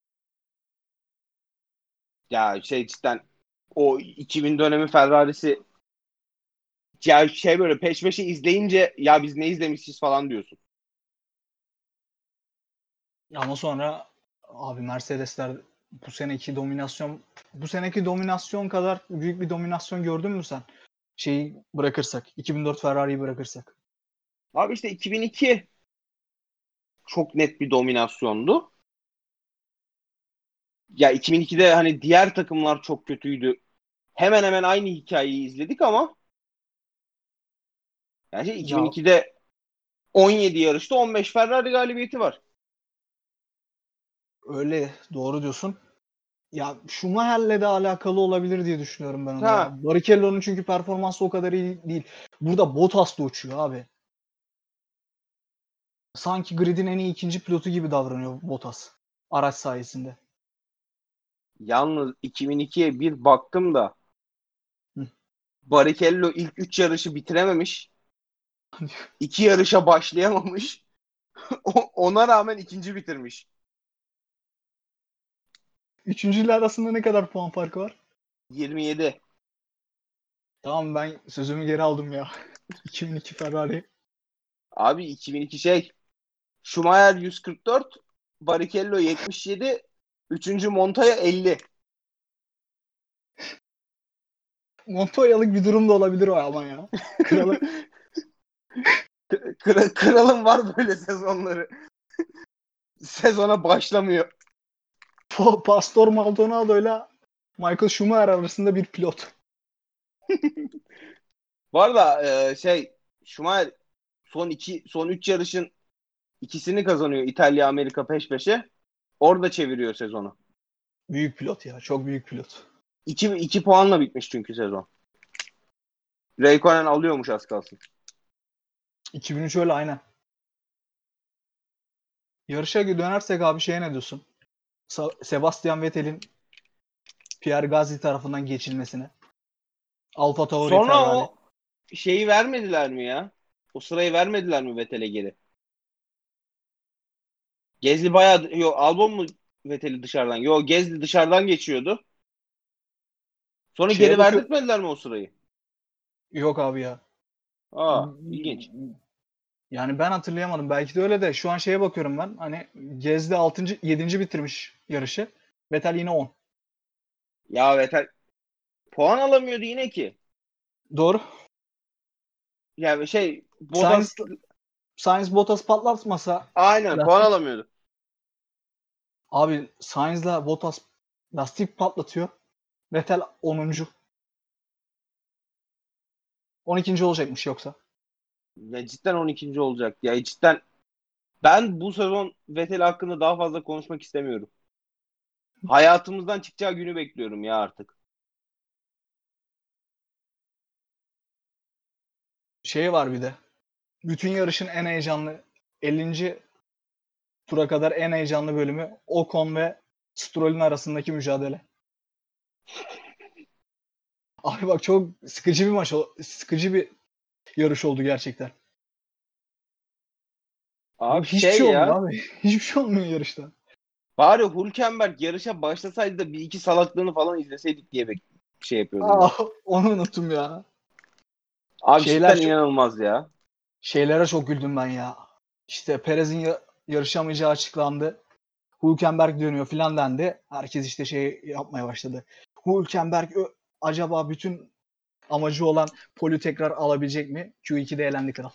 Ya şey cidden o iki bin dönemi Ferrari'si ya şey böyle peş peşe izleyince ya biz ne izlemişiz falan diyorsun. Ama sonra abi Mercedesler bu seneki dominasyon bu seneki dominasyon kadar büyük bir dominasyon gördün mü sen? Şeyi bırakırsak, iki bin dört Ferrari'yi bırakırsak. Abi işte iki bin iki çok net bir dominasyondu. Ya iki bin ikide hani diğer takımlar çok kötüydü. Hemen hemen aynı hikayeyi izledik ama yani şey, Ya iki bin ikide on yedi yarışta on beş Ferrari galibiyeti var. öyle doğru diyorsun. Ya Schumacher'le de alakalı olabilir diye düşünüyorum ben onu ya. Ha, Barrichello'nun çünkü performansı o kadar iyi değil. Burada Bottas da uçuyor abi. Sanki gridin en iyi ikinci pilotu gibi davranıyor Bottas. Araç sayesinde. yalnız iki bin ikiye bir baktım da Hı. Barrichello ilk üç yarışı bitirememiş. iki yarışa başlayamamış. Ona rağmen ikinci bitirmiş. Üçüncüyle arasında ne kadar puan farkı var? yirmi yedi. Tamam ben sözümü geri aldım ya. iki bin iki Ferrari. Abi iki bin iki şey Schumacher yüz kırk dört, Barrichello yetmiş yedi, üçüncü Montoya elli. Montoya'lık bir durum da olabilir o ama ya. Kralı Kra- kralın var böyle sezonları. Sezona başlamıyor. Pastor Maldonado'yla Michael Schumacher arasında bir pilot. Var da e, şey Schumacher son iki son üç yarışın ikisini kazanıyor İtalya Amerika peş peşe. Orada çeviriyor sezonu. Büyük pilot ya. Çok büyük pilot. iki iki puanla bitmiş çünkü sezon. Raikkonen alıyormuş az kalsın. iki bin üç öyle aynen. Yarışa dönersek abi şeye ne diyorsun? Sa- Sebastian Vettel'in Pierre Gasly tarafından geçilmesine. Alfa Tauri Sonra Ferrari. o şeyi vermediler mi ya? O sırayı vermediler mi Vettel'e geri? Gezli bayağı yok Albon mu Vettel'i dışarıdan? Yok Gezli dışarıdan geçiyordu. Sonra Şeye geri bakıyor. verdirtmediler mi o sırayı? Yok abi ya. Aa, ilginç. Yani ben hatırlayamadım. Belki de öyle de şu an şeye bakıyorum ben. Hani Gezdi altıncı yedinci bitirmiş yarışı. Vettel yine on. Ya Vettel puan alamıyordu yine ki. Doğru. Yani şey Sainz, Bottas Sainz Bottas patlatmasa aynen puan lastik. alamıyordu. Abi Sainz'la Bottas lastik patlatıyor. Vettel onuncu. on ikinci olacakmış yoksa. Ya cidden on ikinci olacak. Ya cidden ben bu sezon Vettel hakkında daha fazla konuşmak istemiyorum. Hayatımızdan çıkacağı günü bekliyorum ya artık. Şey var bir de. Bütün yarışın en heyecanlı ellinci tura kadar en heyecanlı bölümü Ocon ve Stroll'ün arasındaki mücadele. Abi bak çok sıkıcı bir maç, ol- sıkıcı bir yarış oldu gerçekten. Abi Abi hiçbir şey şey olmuyor ya abi. Hiçbir şey olmuyor yarışta. bari Hülkenberg yarışa başlasaydı da bir iki salaklığını falan izleseydik diye bek şey yapıyordum Aa, ben. onu unuttum ya. Abi Şeyler cidden çok, inanılmaz ya. şeylere çok güldüm ben ya. İşte Perez'in ya- yarışamayacağı açıklandı. Hülkenberg dönüyor filan dendi. Herkes işte şey yapmaya başladı. Hülkenberg ö- acaba bütün amacı olan poli tekrar alabilecek mi? Q iki'de elendi kral.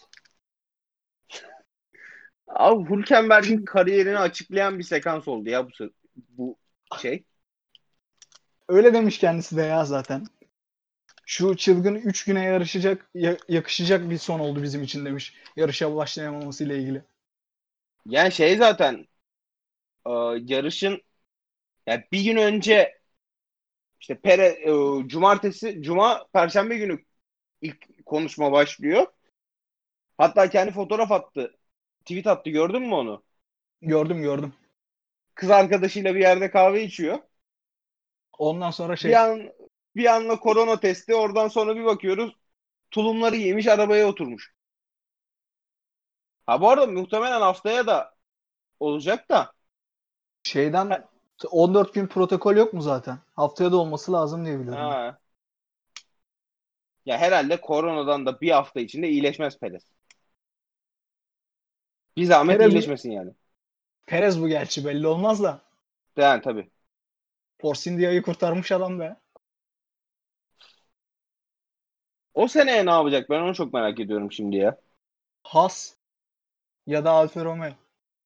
Abi Hülkenberg'in kariyerini açıklayan bir sekans oldu ya bu bu şey. Öyle demiş kendisi de ya zaten. Şu çılgın üç güne yarışacak, ya- yakışacak bir son oldu bizim için demiş. Yarışa başlayamaması ile ilgili. Yani şey zaten e, yarışın yani bir gün önce işte Pere, e, cumartesi, cuma, perşembe günü ilk konuşma başlıyor. Hatta kendi fotoğraf attı. Tweet attı, gördün mü onu? Gördüm gördüm. Kız arkadaşıyla bir yerde kahve içiyor. Ondan sonra Bir şey an bir anla korona testi. Oradan sonra bir bakıyoruz. Tulumları giymiş, arabaya oturmuş. Ha bu arada muhtemelen haftaya da olacak da. şeyden on dört gün protokol yok mu zaten? Haftaya da olması lazım diye biliyorum ben. Ha. Ya herhalde koronadan da bir hafta içinde iyileşmez Perez. Bir zahmet Perez, iyileşmesin yani. Perez bu gerçi belli olmaz da. Yani tabii. Force India'yı kurtarmış adam be. O seneye ne yapacak? Ben onu çok merak ediyorum şimdi ya. Haas ya da Alfa Romeo.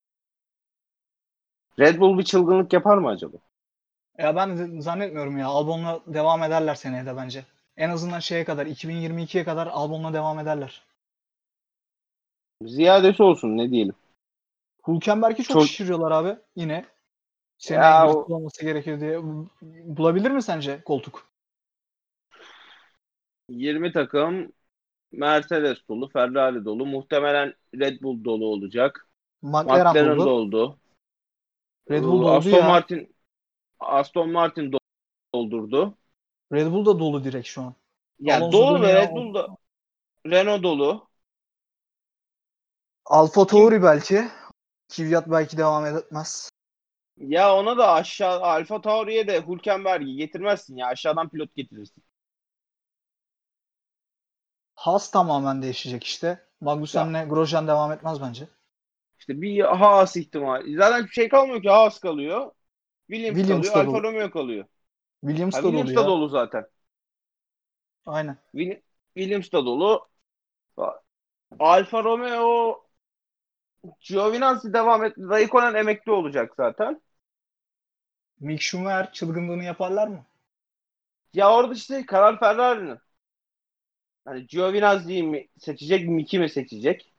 Red Bull bir çılgınlık yapar mı acaba? Ya ben de zannetmiyorum ya. Albon'la devam ederler seneye de bence. En azından şeye kadar iki bin yirmi ikiye kadar Albon'la devam ederler. Ziyadesi olsun, ne diyelim. Hülkenberg'i çok Çok şişiriyorlar abi yine. Seneye ya grid o olması gerekir diye. Bulabilir mi sence koltuk? yirmi takım Mercedes dolu, Ferrari dolu, muhtemelen Red Bull dolu olacak. McLaren McLaren doldu. doldu. Red Bull Ee, doldu Aston ya. Martin Aston Martin doldurdu. Red Bull da dolu direkt şu an. Ya Alonso dolu ve dönüyor. Red Bull da, Renault dolu. Alfa Kim Tauri belki. Kvyat belki devam etmez. ya ona da aşağı Alfa Tauri'ye de Hülkenberg'i getirmezsin ya. Aşağıdan pilot getirirsin. Haas tamamen değişecek işte. Ya Magnussen'le Grosjean devam etmez bence. işte bir Haas ihtimali. Zaten bir şey kalmıyor ki, Haas kalıyor. Williams Williams kalıyor. da Alfa dolu. Romeo kalıyor. Ha Williams da dolu Williams da ya. dolu zaten. Aynen. Will- Williams da dolu. Alfa Romeo, Giovinazzi devam et. Raikkonen emekli olacak zaten. Mick Schumacher çılgınlığını yaparlar mı? Ya orada işte karar Ferrari'nin. Hani Giovinazzi'yi mi seçecek, Mick'i mi seçecek?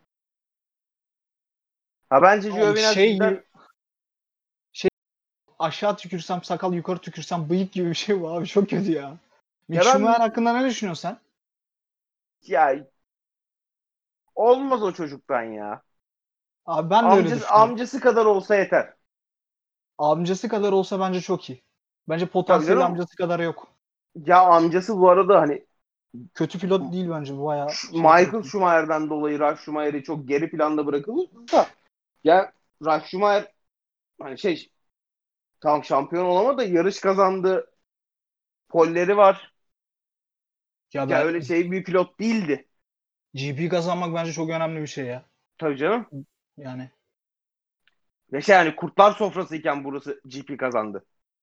Ha bence Abi şey gibi Giovinazzi'den şey aşağı tükürsem sakal yukarı tükürsem bıyık gibi bir şey bu abi çok kötü ya. Mick ya ben Schumacher Mi- hakkında ne düşünüyorsun sen? ya olmaz o çocuktan ya. Abi ben de öyle Amcası, düşünüyorum. amcası kadar olsa yeter. Amcası kadar olsa bence çok iyi. Bence Tabii potansiyeli canım. amcası kadar yok. Ya amcası bu arada hani Kötü pilot değil bence bu bayağı Ş- şey Michael pilot. Schumacher'dan dolayı Ralf Schumacher'i çok geri planda bırakılır da ya Ralf Schumacher hani şey tam şampiyon olamadı da yarış kazandı. Polleri var. Ya Ya ben öyle şey bir pilot değildi. G P kazanmak bence çok önemli bir şey ya. Tabii canım. Yani Ve şey yani kurtlar sofrasıyken burası G P kazandı.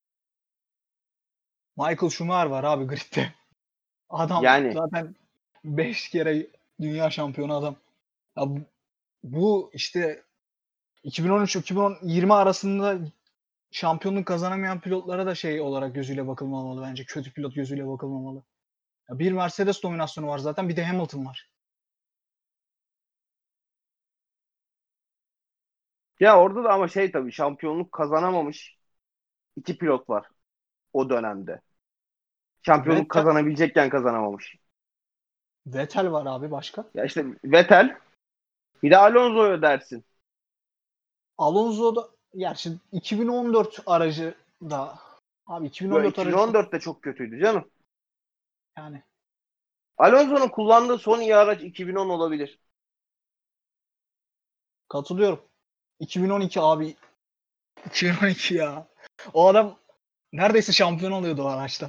Michael Schumacher var abi gridde. Adam Yani zaten beş kere dünya şampiyonu adam. Ya bu, bu işte iki bin on üç iki bin yirmi arasında şampiyonluk kazanamayan pilotlara da şey olarak gözüyle bakılmamalı bence. Kötü pilot gözüyle bakılmamalı. Ya bir Mercedes dominasyonu var zaten bir de Hamilton var. ya orada da ama şey tabii şampiyonluk kazanamamış iki pilot var o dönemde. Şampiyonluk Vettel, kazanabilecekken kazanamamış. Vettel var abi başka. Ya işte Vettel, bir de Alonso'yu dersin. Alonso da gerçi iki bin on dört aracı da abi Yo, iki bin on dört aracı çok iki bin on dörtte çok kötüydü canım. yani Alonso'nun kullandığı son iyi araç iki bin on olabilir. katılıyorum. iki bin on iki abi iki bin on iki ya. O adam neredeyse şampiyon oluyordu o araçta.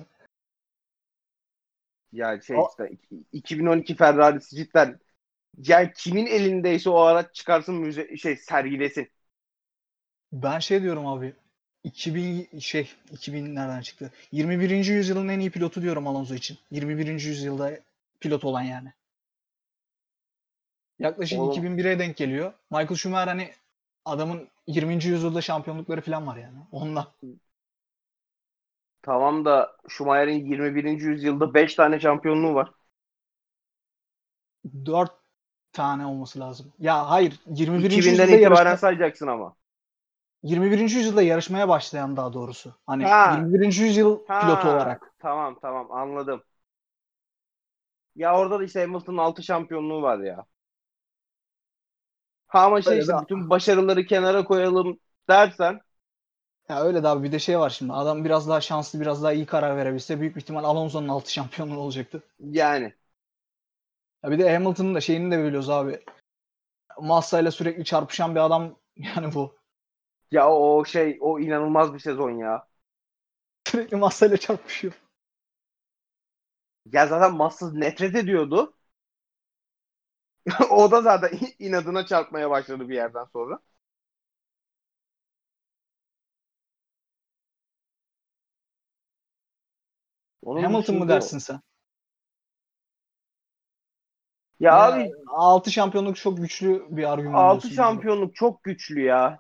Yani şey O, işte iki bin on iki Ferrari'si cidden yani kimin elindeyse o araç çıkarsın müze şey sergilesin. Ben şey diyorum abi. iki bin şey iki bin nereden çıktı? yirmi birinci yüzyılın en iyi pilotu diyorum Alonso için. yirmi birinci yüzyılda pilot olan yani. Yaklaşık Oğlum iki bin bire denk geliyor. Michael Schumacher hani adamın yirminci yüzyılda şampiyonlukları falan var yani. Onunla. tamam da Schumacher'in yirmi birinci yüzyılda beş tane şampiyonluğu var. Dört tane olması lazım. Ya hayır, yirmi birinci iki binden yüzyılda itibaren yarışma sayacaksın ama. yirmi birinci yüzyılda yarışmaya başlayan daha doğrusu. Hani Ha, yirmi birinci yüzyıl pilotu ha, olarak. tamam tamam anladım. Ya orada da işte Hamilton'ın altı şampiyonluğu var ya. Ha ama şey Öyle de işte bütün başarıları kenara koyalım dersen ya öyle de abi, bir de şey var şimdi. Adam biraz daha şanslı, biraz daha iyi karar verebilse büyük bir ihtimal Alonso'nun altı şampiyonluğu olacaktı. yani. Ya bir de Hamilton'ın da şeyini de biliyoruz abi. Massa'yla sürekli çarpışan bir adam yani bu. Ya o şey o inanılmaz bir sezon ya. Sürekli Massa'yla çarpışıyor. Ya zaten Massız nefret ediyordu. O da zaten inadına çarpmaya başladı bir yerden sonra. Onun Hamilton mı dışında dersin sen? ya Ya abi altı şampiyonluk çok güçlü bir argüman altı diyorsun yani. şampiyonluk çok güçlü ya.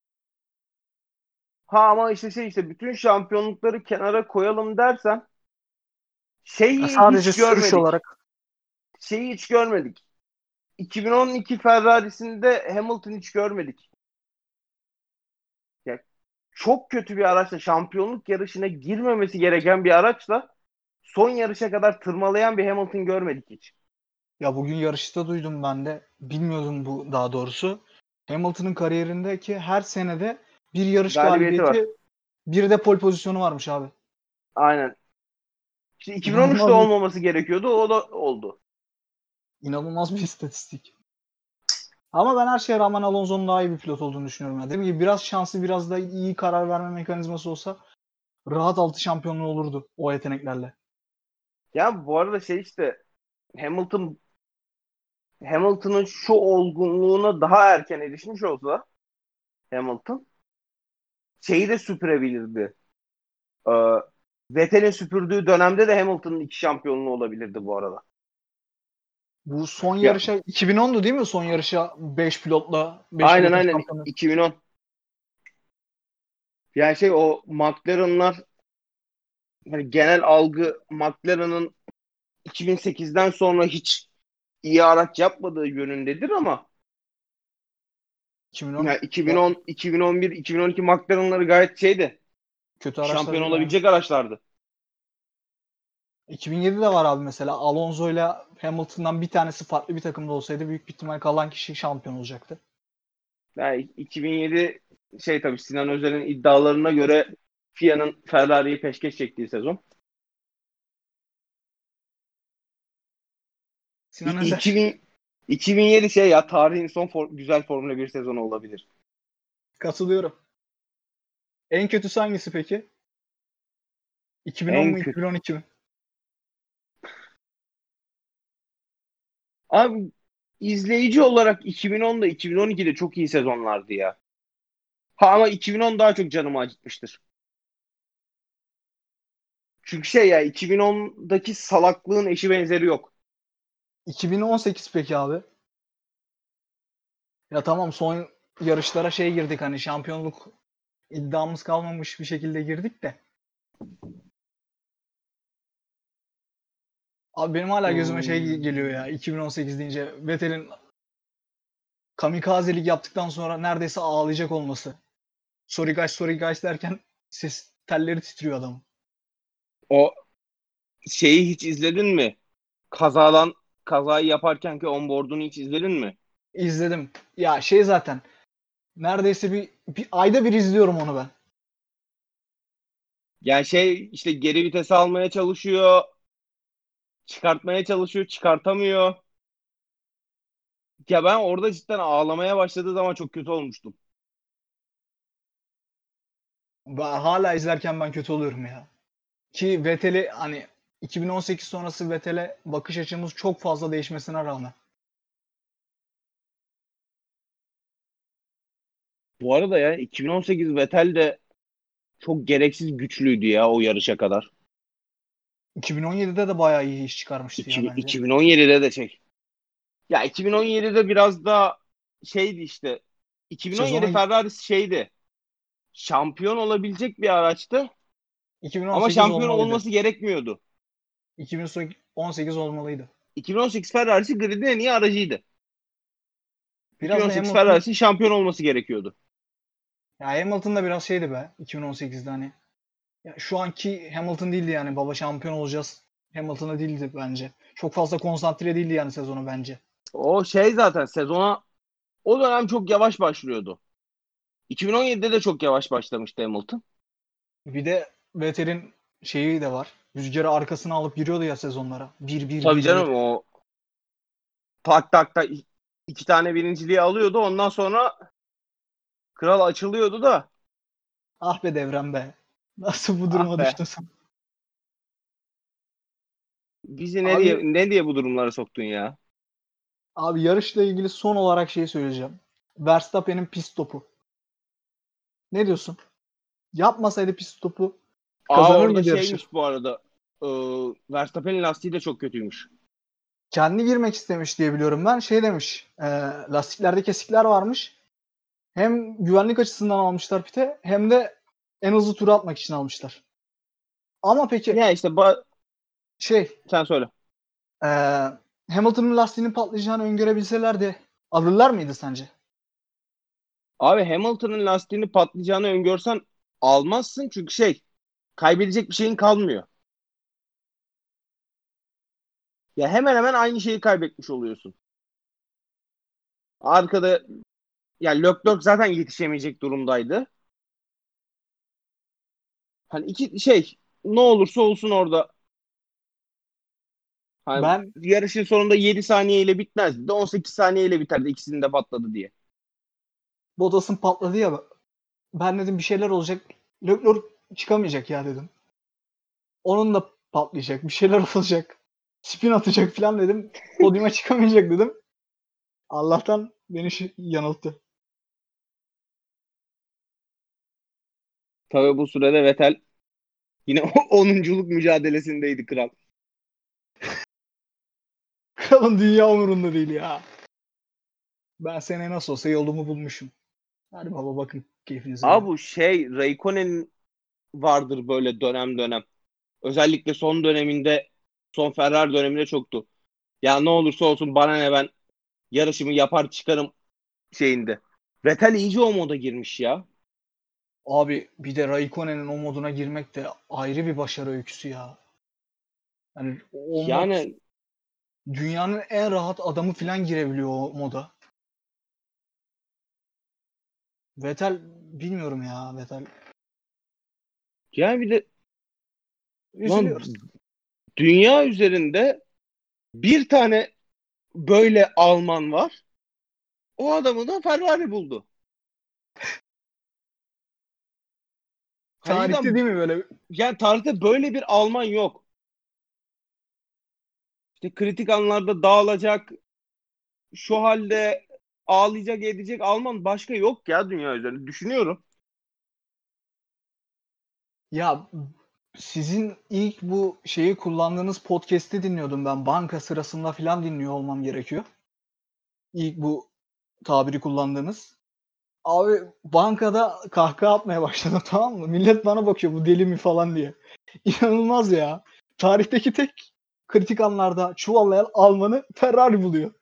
Ha ama işte şey işte bütün şampiyonlukları kenara koyalım dersen Ya şeyi sadece hiç sürüş görmedik. olarak Şeyi hiç görmedik. iki bin on iki Ferrari'sinde Hamilton hiç görmedik. Ya çok kötü bir araçla şampiyonluk yarışına girmemesi gereken bir araçla son yarışa kadar tırmalayan bir Hamilton görmedik hiç. ya bugün yarışta duydum ben de. Bilmiyordum bu daha doğrusu. Hamilton'ın kariyerindeki her senede bir yarış Galibiyeti var. galibiyeti, bir de pole pozisyonu varmış abi. Aynen. İşte iki bin on üçte İnanılmaz bir olmaması gerekiyordu. O da oldu. inanılmaz bir istatistik. Ama ben her şeye rağmen Alonso'nun daha iyi bir pilot olduğunu düşünüyorum. Ya. Dediğim gibi biraz şanslı, biraz da iyi karar verme mekanizması olsa rahat altı şampiyonluğu olurdu o yeteneklerle. Ya bu arada şey işte Hamilton Hamilton'ın şu olgunluğuna daha erken erişmiş olsa Hamilton şeyi de süpürebilirdi. Ee, Vettel'in süpürdüğü dönemde de Hamilton'ın iki şampiyonluğu olabilirdi bu arada. Bu son Ya yarışa iki bin ondu değil mi? Son yarışa beş pilotla beş aynen pilotun aynen şampiyonu. iki bin on. Yani şey o McLaren'lar hani genel algı McLaren'ın iki bin sekizden sonra hiç iyi araç yapmadığı yönündedir ama iki bin on yani iki bin on, iki bin on bir, iki bin on iki McLaren'ları gayet şeydi. kötü araçlar Şampiyon değil yani. olabilecek araçlardı. iki bin yedide var abi mesela. Alonso ile Hamilton'dan bir tanesi farklı bir takımda olsaydı büyük bir ihtimal kalan kişi şampiyon olacaktı. Yani iki bin yedi şey tabii Sinan Özer'in iddialarına göre F I A'nın Ferrari'yi peşkeş çektiği sezon. Sinan İ- Özer. iki bin, iki bin yedi şey ya tarihin son for- güzel Formula bir sezonu olabilir. Katılıyorum. En kötüsü hangisi peki? iki bin on En mu kötü. iki bin on iki mi? Abi izleyici olarak iki bin onda iki bin on ikide çok iyi sezonlardı ya. Ha ama iki bin on daha çok canımı acıtmıştır. Çünkü şey ya iki bin ondaki salaklığın eşi benzeri yok. iki bin on sekiz peki abi? Ya tamam, son yarışlara şey girdik, hani şampiyonluk iddiamız kalmamış bir şekilde girdik de. Abi benim hala gözüme şey geliyor ya, Hmm. iki bin on sekiz deyince Vettel'in kamikazelik yaptıktan sonra neredeyse ağlayacak olması. Sorry guys, sorry guys derken ses telleri titriyor adamın. O şeyi hiç izledin mi? Kazadan kazayı yaparkenki onboard'unu hiç izledin mi? İzledim. Ya şey zaten neredeyse bir, bir ayda bir izliyorum onu ben. Yani şey işte geri vitesi almaya çalışıyor, çıkartmaya çalışıyor, çıkartamıyor. Ya ben orada cidden ağlamaya başladığı zaman çok kötü olmuştum. Ben hala izlerken ben kötü oluyorum ya. Ki Vettel'i hani iki bin on sekiz sonrası Vettel'e bakış açımız çok fazla değişmesine rağmen. Bu arada ya iki bin on sekiz Vettel de çok gereksiz güçlüydü ya o yarışa kadar. iki bin on yedide de bayağı iyi iş çıkarmıştı ya iki bin, bence. iki bin on yedide de şey. Ya iki bin on yedide biraz daha şeydi işte. Sezona iki bin on yedi Ferrari şeydi. Şampiyon olabilecek bir araçtı ama iki bin on sekiz şampiyon olmalıydı. olması gerekmiyordu. iki bin on sekiz olmalıydı. iki bin on sekiz Ferrari'si gridin en iyi aracıydı. Biraz da iki bin on sekiz Hamilton, Ferrari'sin şampiyon olması gerekiyordu. ya Hamilton da biraz şeydi be iki bin on sekizde hani. Ya şu anki Hamilton değildi yani, baba şampiyon olacağız. Hamilton'da değildi bence. Çok fazla konsantre değildi yani sezonu bence. O şey zaten sezona o dönem çok yavaş başlıyordu. iki bin on yedide de çok yavaş başlamıştı Hamilton. Bir de Vettel'in şeyi de var. Rüzgarı arkasına alıp giriyordu ya sezonlara. bir bir Tabii bir bir. canım o tak tak tak iki tane birinciliği alıyordu. Ondan sonra kral açılıyordu da Ah be Devrem be. Nasıl bu ah duruma be düştün sen? bizi ne diye Abi, ne diye bu durumlara soktun ya? abi yarışla ilgili son olarak şey söyleyeceğim. Verstappen'in pit stopu. Ne diyorsun? Yapmasaydı pit stopu Aa kazanır orada mıydı yarışı? şeymiş bu arada. E, Verstappen'in lastiği de çok kötüymüş. Kendi girmek istemiş diye biliyorum ben. Şey demiş. E, lastiklerde kesikler varmış. Hem güvenlik açısından almışlar pite, hem de en hızlı turu atmak için almışlar. Ama peki Ya işte ba- şey sen söyle. e, Hamilton'ın lastiğinin patlayacağını öngörebilselerdi alırlar mıydı sence? Abi Hamilton'ın lastiğini patlayacağını öngörsen almazsın çünkü şey kaybedecek bir şeyin kalmıyor. Ya hemen hemen aynı şeyi kaybetmiş oluyorsun. Arkada yani Leclerc zaten yetişemeyecek durumdaydı. Hani iki şey ne olursa olsun orada hani Ben yarışın sonunda yedi saniyeyle bitmezdi de on sekiz saniyeyle biterdi ikisinin de patladı diye. Bottas'ın patladı ya, ben dedim bir şeyler olacak. Leclerc çıkamayacak ya dedim. Onun da patlayacak. Bir şeyler olacak. Spin atacak falan dedim. Podyuma çıkamayacak dedim. Allah'tan beni şi- yanılttı. Tabii bu sürede Vettel yine onunculuk mücadelesindeydi kral. Kralın dünya umurunda değil ya. Ben sene nasıl olsa yolumu bulmuşum. Hadi baba bakın keyfinize Abi ya. bu şey Raikkonen vardır böyle dönem dönem. Özellikle son döneminde son Ferrari döneminde çoktu. Ya ne olursa olsun bana ne ben yarışımı yapar çıkarım şeyinde. Vettel iyice o moda girmiş ya. Abi bir de Raikkonen'in o moduna girmek de ayrı bir başarı öyküsü ya. Yani o mod, Yani dünyanın en rahat adamı falan girebiliyor o moda. Vettel bilmiyorum ya, Vettel. yani bir de lan Üzülüyoruz. dünya üzerinde bir tane böyle Alman var. O adamı da Ferrari buldu. Hani Tarihte cidden değil mi böyle? yani tarihte böyle bir Alman yok. İşte kritik anlarda dağılacak, şu halde ağlayacak edecek Alman başka yok ya dünya üzerinde. Düşünüyorum. Ya sizin ilk bu şeyi kullandığınız podcast'i dinliyordum ben. Banka sırasında falan dinliyor olmam gerekiyor. İlk bu tabiri kullandığınız. Abi bankada kahkaha atmaya başladım, tamam mı? Millet bana bakıyor, bu deli mi falan diye. İnanılmaz ya. Tarihteki tek kritik anlarda çuvallayan Alman'ı Ferrari buluyor.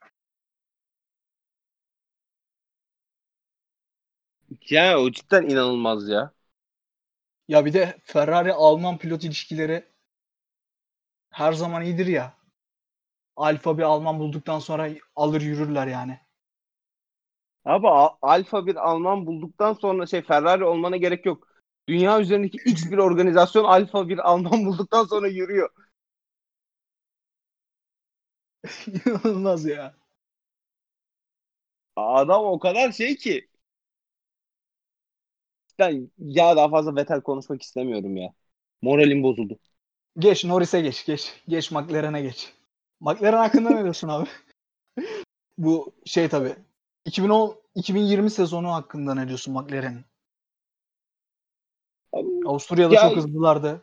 Yani o cidden inanılmaz ya. Ya bir de Ferrari Alman pilot ilişkileri her zaman iyidir ya. Alfa bir Alman bulduktan sonra alır yürürler yani. Abi A- Alfa bir Alman bulduktan sonra şey Ferrari olmana gerek yok. Dünya üzerindeki X bir organizasyon Alfa bir Alman bulduktan sonra yürüyor. İnanılmaz ya. Adam o kadar şey ki. Ben ya daha fazla Vettel konuşmak istemiyorum ya. Moralim bozuldu. Geç Norris'e geç, geç. Geç McLaren'e geç. McLaren hakkında ne diyorsun abi? Bu şey tabii. iki bin on iki bin yirmi sezonu hakkında ne diyorsun McLaren'in? Avusturya'da Ya, çok hızlılardı.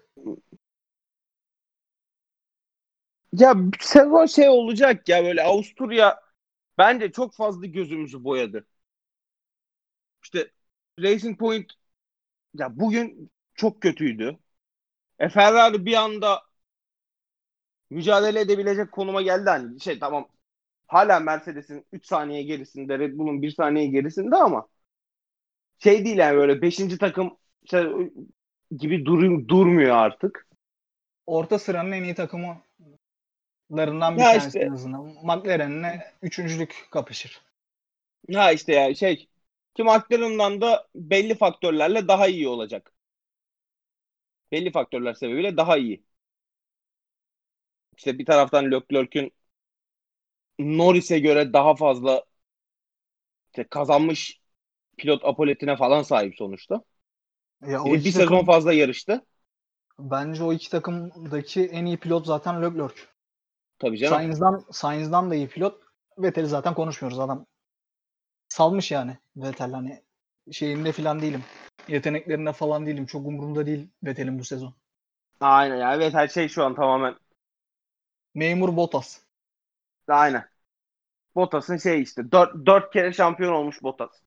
ya sezon şey olacak ya, böyle Avusturya bence çok fazla gözümüzü boyadı. İşte Racing Point ya bugün çok kötüydü. E Ferrari bir anda mücadele edebilecek konuma geldi. Hani şey, tamam, hala Mercedes'in üç saniye gerisinde, Red Bull'un bir saniye gerisinde ama şey değil yani, böyle beşinci takım işte gibi dur durmuyor artık. Orta sıranın en iyi takımlarından bir Ya tanesi en işte azından. McLaren'le üçüncülük kapışır. ha işte ya şey, ki McLaren'dan da belli faktörlerle daha iyi olacak. Belli faktörler sebebiyle daha iyi. İşte bir taraftan Leclerc'ün Norris'e göre daha fazla işte kazanmış pilot apoletine falan sahip sonuçta. Ya Bir o de bir iki sezon takım fazla yarıştı. bence o iki takımdaki en iyi pilot zaten Leclerc. Tabii canım. Sainz'dan Sainz'dan da iyi pilot. Vettel'i zaten konuşmuyoruz. Adam salmış yani Vettel, hani şeyinde falan değilim. Yeteneklerinde falan değilim. Çok umurumda değil Vettel'in bu sezon. Aynen ya. Evet, her şey şu an tamamen Memur Bottas. aynen. Bottas'ın şey işte dört dört kere şampiyon olmuş Bottas.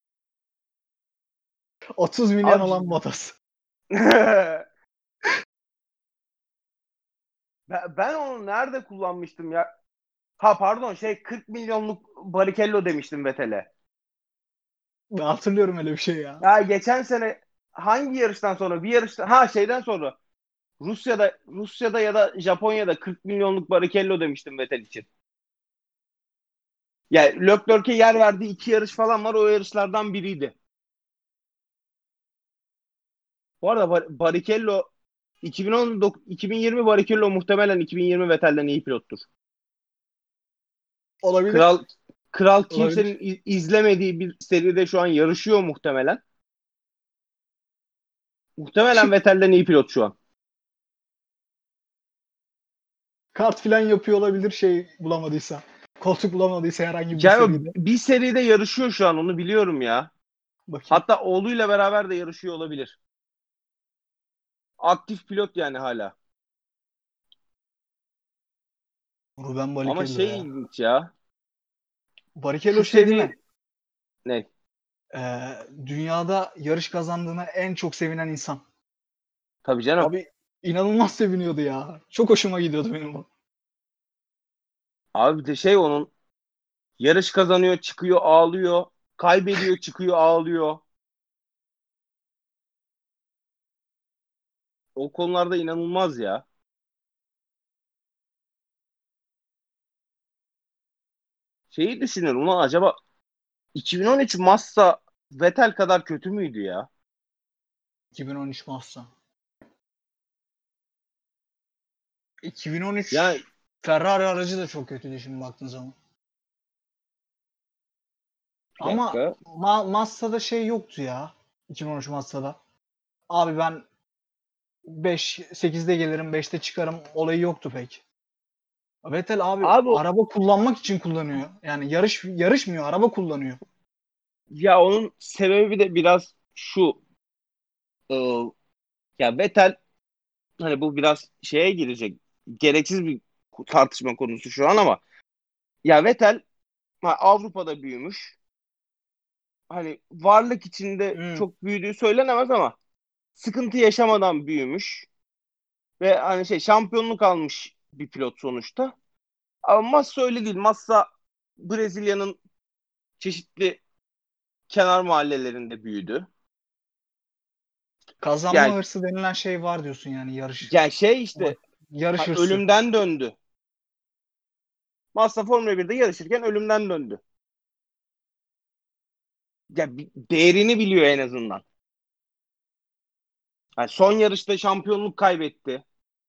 otuz milyon Abi olan Bottas. ben, ben onu nerede kullanmıştım ya? Ha pardon, şey kırk milyonluk Barrichello demiştim Vettel'e. Ben hatırlıyorum öyle bir şey ya. Ya geçen sene hangi yarıştan sonra, bir yarışta, ha şeyden sonra Rusya'da Rusya'da ya da Japonya'da kırk milyonluk Barrichello demiştim Vettel için. Ya Leclerc'e yer verdiği iki yarış falan var, o yarışlardan biriydi. Bu arada Bar- Barrichello iki bin on dokuz iki bin yirmi Barrichello muhtemelen iki bin yirmi Vettel'den iyi pilottur. Olabilir. Kral Kral kimsenin Olabilir. iz- izlemediği bir seride şu an yarışıyor muhtemelen. Muhtemelen Vettel'den iyi pilot şu an. Kart falan yapıyor olabilir, şey bulamadıysa. Koltuk bulamadıysa herhangi bir Yani seride. bir seride yarışıyor şu an, onu biliyorum ya. Bakayım. Hatta oğluyla beraber de yarışıyor olabilir. Aktif pilot yani hala. Ruben Ama Barrichello şey ya. ilginç ya. Şu Barrichello şey değil mi? seviye ne? Ee, dünyada yarış kazandığına en çok sevinen insan. Tabii canım. Abi inanılmaz seviniyordu ya. Çok hoşuma gidiyordu benim bu. Abi bir de şey, onun yarış kazanıyor, çıkıyor, ağlıyor. Kaybediyor, çıkıyor, ağlıyor. O konularda inanılmaz ya. Şeyi düşünüyorum, ulan acaba iki bin on üç Massa Vettel kadar kötü müydü ya? iki bin on üç Massa. iki bin on üç Ya Ferrari aracı da çok kötüydü şimdi baktığın zaman. bir Ama dakika. Ma Massa'da şey yoktu ya. iki bin on üç Massa'da. Abi ben beş sekizde gelirim, beşte çıkarım olayı yoktu pek. Vettel abi Abi araba kullanmak için kullanıyor. Yani yarış yarışmıyor, araba kullanıyor. ya onun sebebi de biraz şu. e, Ya Vettel, hani bu biraz şeye girecek. Gereksiz bir tartışma konusu şu an ama ya Vettel ha, Avrupa'da büyümüş. Hani varlık içinde Hmm. çok büyüdüğü söylenemez ama sıkıntı yaşamadan büyümüş ve hani şey, şampiyonluk almış bir pilot sonuçta. Ama Massa öyle değil. Massa Brezilya'nın çeşitli kenar mahallelerinde büyüdü. Kazanma Yani hırsı denilen şey var diyorsun yani yarış. yani şey işte, Yarış ha, hırsı. ölümden döndü. Massa Formula birde yarışırken ölümden döndü. Ya bir- değerini biliyor en azından. Yani son yarışta şampiyonluk kaybetti.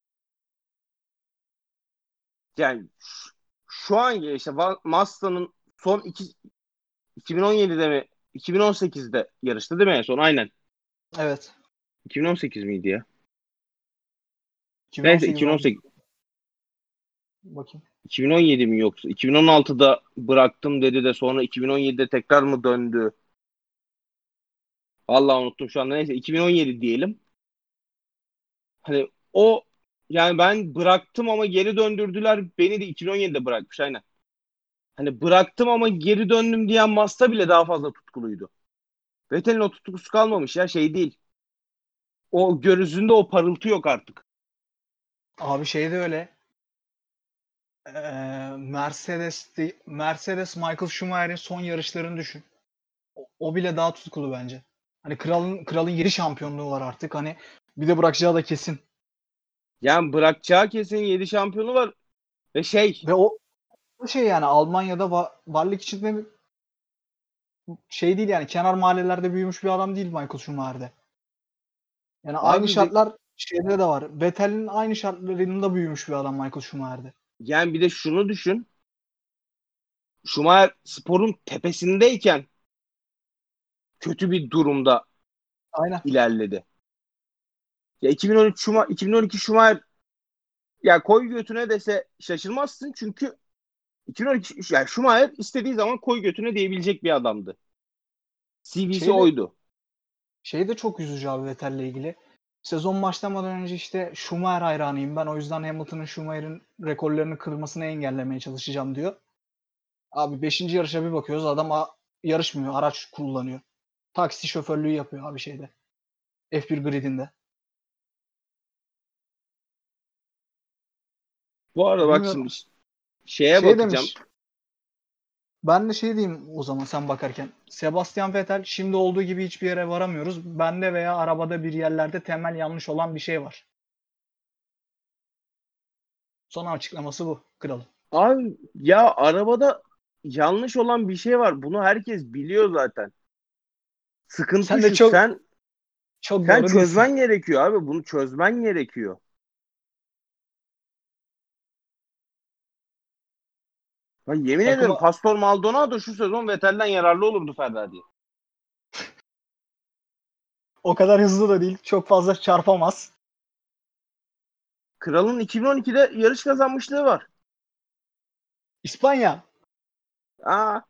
Yani şu, şu an işte Va- Massa'nın son iki, iki bin on yedide mi iki bin on sekizde yarıştı değil mi en son? Aynen. Evet. iki bin on sekiz miydi ya? Neyse iki bin on sekiz oldu. iki bin on sekiz. Bakayım. iki bin on yedi mi yoksa? iki bin on altıda bıraktım dedi de sonra iki bin on yedide tekrar mı döndü? Vallahi unuttum şu anda. Neyse iki bin on yedi diyelim. Hani o yani ben bıraktım ama geri döndürdüler. Beni de iki bin on yedide bırakmış aynen. Hani bıraktım ama geri döndüm diyen Massa bile daha fazla tutkuluydu. Vettel'in o tutkusu kalmamış ya şey değil. O gözünde o parıltı yok artık. Abi şey de öyle. Ee, Mercedes Mercedes Michael Schumacher'in son yarışlarını düşün. O, o bile daha tutkulu bence. Hani kralın kralın yedi şampiyonluğu var artık. Hani bir de bırakacağı da kesin. Yani bırakacağı kesin yedi şampiyonu var. Ve şey Ve o, o şey yani Almanya'da va- varlık içinde şey değil yani kenar mahallelerde büyümüş bir adam değil Michael Schumacher'de. Yani aynı abi de, şartlar şeyde de var. Vettel'in aynı şartlarında büyümüş bir adam Michael Schumacher'de. yani bir de şunu düşün. Schumacher sporun tepesindeyken kötü bir durumda Aynen. ilerledi. Ya iki bin on üç Şuma, iki bin on iki Schumacher ya koy götüne dese şaşırmazsın çünkü iki bin on iki yani Schumacher istediği zaman koy götüne diyebilecek bir adamdı. C V'si Şey de oydu. şey de çok üzücü abi Vettel'le ilgili. Sezon başlamadan önce işte Schumacher hayranıyım ben. O yüzden Hamilton'ın Schumacher'in rekorlarını kırmasını engellemeye çalışacağım diyor. Abi beşinci yarışa bir bakıyoruz adam a- yarışmıyor. Araç kullanıyor. Taksi şoförlüğü yapıyor abi şeyde. F bir gridinde. Bu arada bak Bilmiyorum. şimdi şeye Şey bakacağım. demiş. Ben de şey diyeyim o zaman sen bakarken. Sebastian Vettel şimdi olduğu gibi hiçbir yere varamıyoruz. Bende veya arabada bir yerlerde temel yanlış olan bir şey var. Son açıklaması bu kralın. Abi ya arabada yanlış olan bir şey var. Bunu herkes biliyor zaten. Sıkıntı Sen de şu çok sen çok sen doğru değilsin. çözmen gerekiyor abi. Bunu çözmen gerekiyor. Ya yemin ederim Takıma Pastor Maldonado şu sezon Vettel'den yararlı olurdu Ferrari'ye. o kadar hızlı da değil. Çok fazla çarpamaz. Kral'ın iki bin on ikide yarış kazanmışlığı var. İspanya. Aa,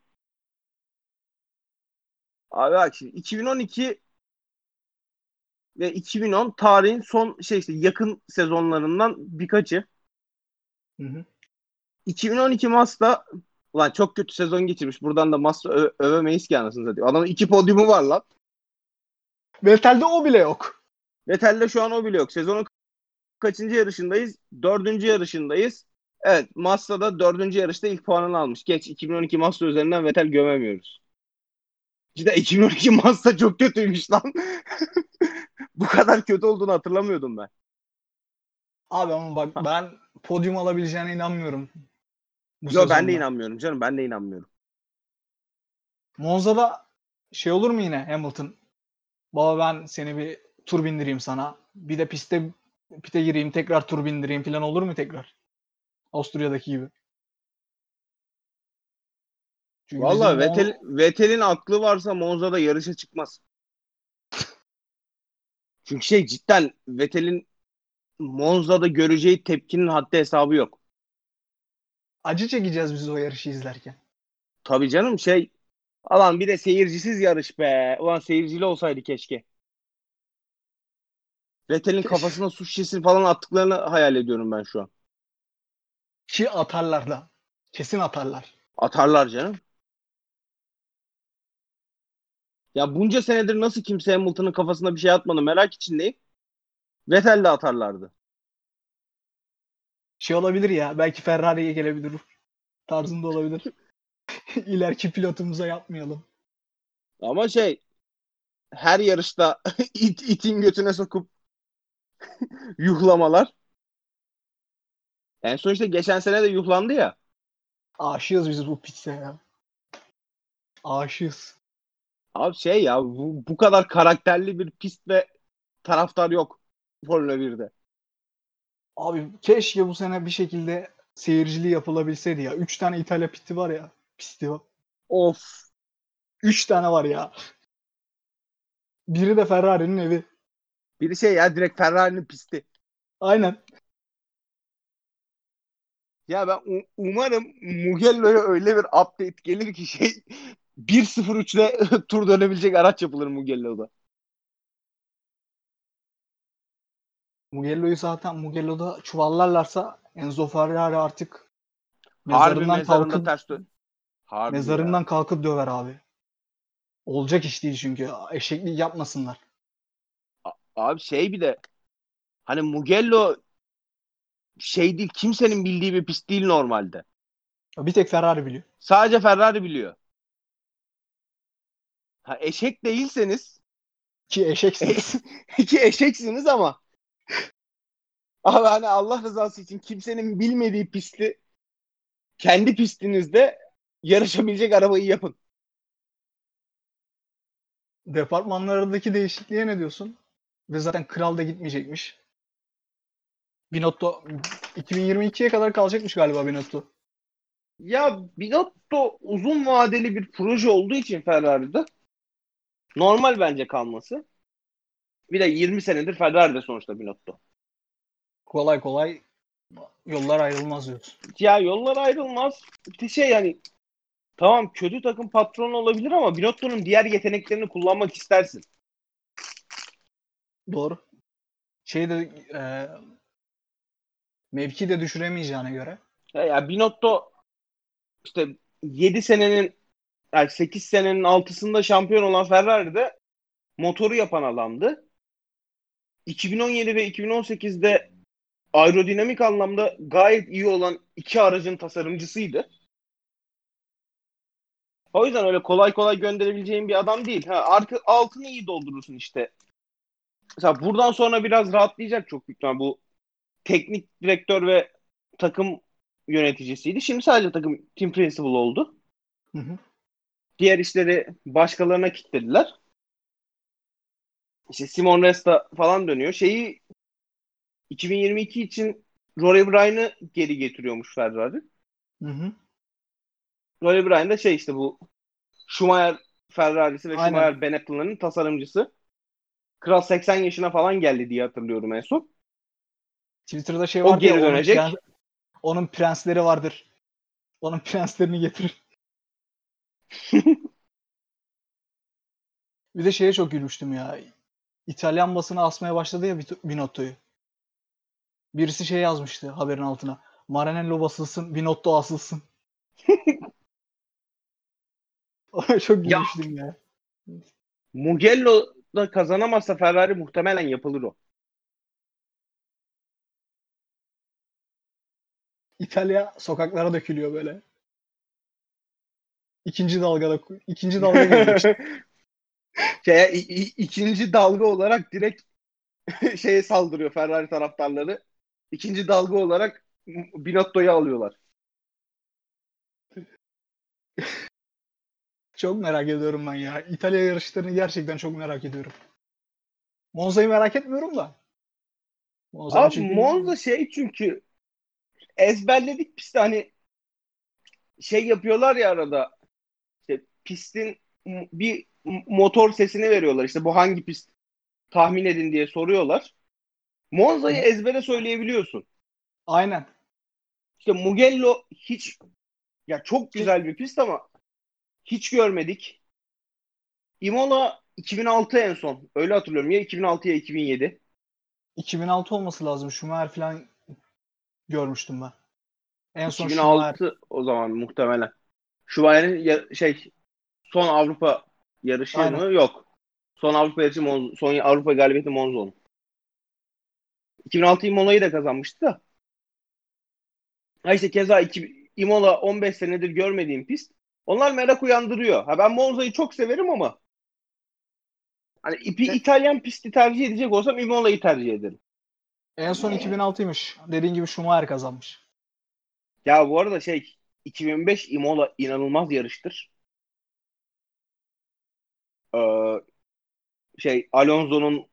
abi bak şimdi iki bin on iki ve iki bin on tarihin son şey işte yakın sezonlarından birkaçı. Hı hı. iki bin on iki Mazda ulan çok kötü sezon geçirmiş. Buradan da Mazda ö- övemeyiz ki anasını satayım. Adamın iki podyumu var lan. Vettel'de o bile yok. Vettel'de şu an o bile yok. Sezonun kaçıncı yarışındayız? Dördüncü yarışındayız. Evet Mazda'da dördüncü yarışta ilk puanını almış. Geç iki bin on iki Mazda üzerinden Vettel gömemiyoruz. Cidden iki bin on iki Mazda çok kötüymüş lan. Bu kadar kötü olduğunu hatırlamıyordum ben. Abi ama bak ben podyum alabileceğine inanmıyorum bu Yo ben de sezonda. inanmıyorum canım. Ben de inanmıyorum. Monza'da şey olur mu yine Hamilton? Baba ben seni bir tur bindireyim sana. Bir de piste pite gireyim tekrar tur bindireyim falan olur mu tekrar? Avusturya'daki gibi. Çünkü bizim Valla Mon Vettel, Vettel'in aklı varsa Monza'da yarışa çıkmaz. Çünkü şey cidden Vettel'in Monza'da göreceği tepkinin haddi hesabı yok. acı çekeceğiz biz o yarışı izlerken. Tabii canım şey alan bir de seyircisiz yarış be. Ulan seyircili olsaydı keşke. Vettel'in Keş- kafasına su şişesi falan attıklarını hayal ediyorum ben şu an. Ki atarlar da. Kesin atarlar. Atarlar canım. Ya bunca senedir nasıl kimse Hamilton'ın kafasına bir şey atmadı merak içindeyim. Vettel de atarlardı. Şey olabilir ya belki Ferrari'ye gelebilir tarzında olabilir. İleriki pilotumuza yapmayalım. Ama şey her yarışta it, itin götüne sokup yuhlamalar. En son işte geçen sene de yuhlandı ya. Aşığız biz bu pitse ya. Aşığız. Abi şey ya bu, bu kadar karakterli bir pist ve taraftar yok Formula birde. Abi keşke bu sene bir şekilde seyirciliği yapılabilseydi ya. Üç tane İtalya pisti var ya. Pisti var. Of. Üç tane var ya. Biri de Ferrari'nin evi. Bir şey ya direkt Ferrari'nin pisti. Aynen. Ya ben u- umarım Mugello'ya öyle bir update gelir ki şey bir sıfır üçle tur dönebilecek araç yapılır Mugello'da. Mugello'yu zaten Mugello'da çuvallarlarsa Enzo Ferrari artık Harbi mezarından mezarında kalkıp ters dön. Harbi ya. mezarından kalkıp döver abi. Olacak iş değil çünkü. Eşeklik yapmasınlar. A- Abi şey bir de hani Mugello şey değil, kimsenin bildiği bir pist değil normalde. Bir tek Ferrari biliyor. Sadece Ferrari biliyor. Ha, eşek değilseniz Ki eşeksiniz. ki eşeksiniz ama abi hani Allah rızası için kimsenin bilmediği pisti kendi pistinizde yarışabilecek arabayı yapın. Departmanlarındaki değişikliğe ne diyorsun? Ve zaten Kral da gitmeyecekmiş. Binotto iki bin yirmi ikiye kadar kalacakmış galiba Binotto. Ya Binotto uzun vadeli bir proje olduğu için Ferrari'de normal bence kalması. Bir de yirmi senedir Ferrari'de sonuçta Binotto. Kolay kolay yollar ayrılmaz diyorsun. Ya yollar ayrılmaz. Bir şey yani tamam kötü takım patronu olabilir ama Binotto'nun diğer yeteneklerini kullanmak istersin. Doğru. Şeyi de e, mevki de düşüremeyeceğine göre. Ya, ya Binotto işte yedi senenin yani sekiz senenin altısında şampiyon olan Ferrari'de motoru yapan adamdı. iki bin on yedi ve iki bin on sekizde aerodinamik anlamda gayet iyi olan iki aracın tasarımcısıydı. O yüzden öyle kolay kolay gönderebileceğin bir adam değil. Ha, arka, altını iyi doldurursun işte. Mesela buradan sonra biraz rahatlayacak çok büyük ihtimal bu teknik direktör ve takım yöneticisiydi. Şimdi sadece takım team principal oldu. Hı hı. Diğer işleri başkalarına kilitlediler. İşte Simon Resta falan dönüyor. Şeyi iki bin yirmi iki için Rory Bryan'ı geri getiriyormuş Ferrari. Hı hı. Rory Bryan da şey işte bu Schumacher Ferrari'si ve Aynen. Schumacher Benetton'ların tasarımcısı. Kral seksen yaşına falan geldi diye hatırlıyorum en son. Twitter'da şey O vardı ya geri onun prens, dönecek. onun prensleri vardır. Onun prenslerini getirir. Bir de şeye çok gülmüştüm ya. İtalyan basını asmaya başladı ya Bito- Binotto'yu. Birisi şey yazmıştı haberin altına. Maranello basılsın, Binotto asılsın. Ona çok Ya gülmüştüm ya. Mugello'da kazanamazsa Ferrari muhtemelen yapılır o. İtalya sokaklara dökülüyor böyle. İkinci dalgada ikinci dalga geliyor işte. Şeye, i- i- ikinci dalga olarak direkt şeye saldırıyor Ferrari taraftarları. İkinci dalga olarak Binotto'yu alıyorlar. Çok merak ediyorum ben ya. İtalya yarışlarını gerçekten çok merak ediyorum. Monza'yı merak etmiyorum da. Monza'nın Abi çünkü Monza şey çünkü ezberledik pisti hani şey yapıyorlar ya arada işte pistin bir motor sesini veriyorlar. İşte bu hangi pist tahmin edin diye soruyorlar. Monza'yı ezbere söyleyebiliyorsun. aynen. İşte Mugello hiç ya çok Ki güzel bir pist ama hiç görmedik. Imola iki bin altı en son. Öyle hatırlıyorum. Ya iki bin altı ya iki bin yedi. iki bin altı olması lazım. Schumacher falan görmüştüm ben. En son Schumacher. iki bin altı o zaman muhtemelen. Schumacher'in ya- şey son Avrupa yarışı Aynen. mı? Yok. Son Avrupa yarışı Monza, son Avrupa galibiyeti Monza'nın. iki bin altı Imola'yı da kazanmıştı da. Ha işte keza iki, Imola on beş senedir görmediğim pist. Onlar merak uyandırıyor. Ha ben Monza'yı çok severim ama hani ipi E, İtalyan pisti tercih edecek olsam Imola'yı tercih ederim. en son iki bin altıymış. Dediğin gibi Schumacher kazanmış. Ya bu arada şey iki bin beş Imola inanılmaz yarıştır. Ee, şey Alonso'nun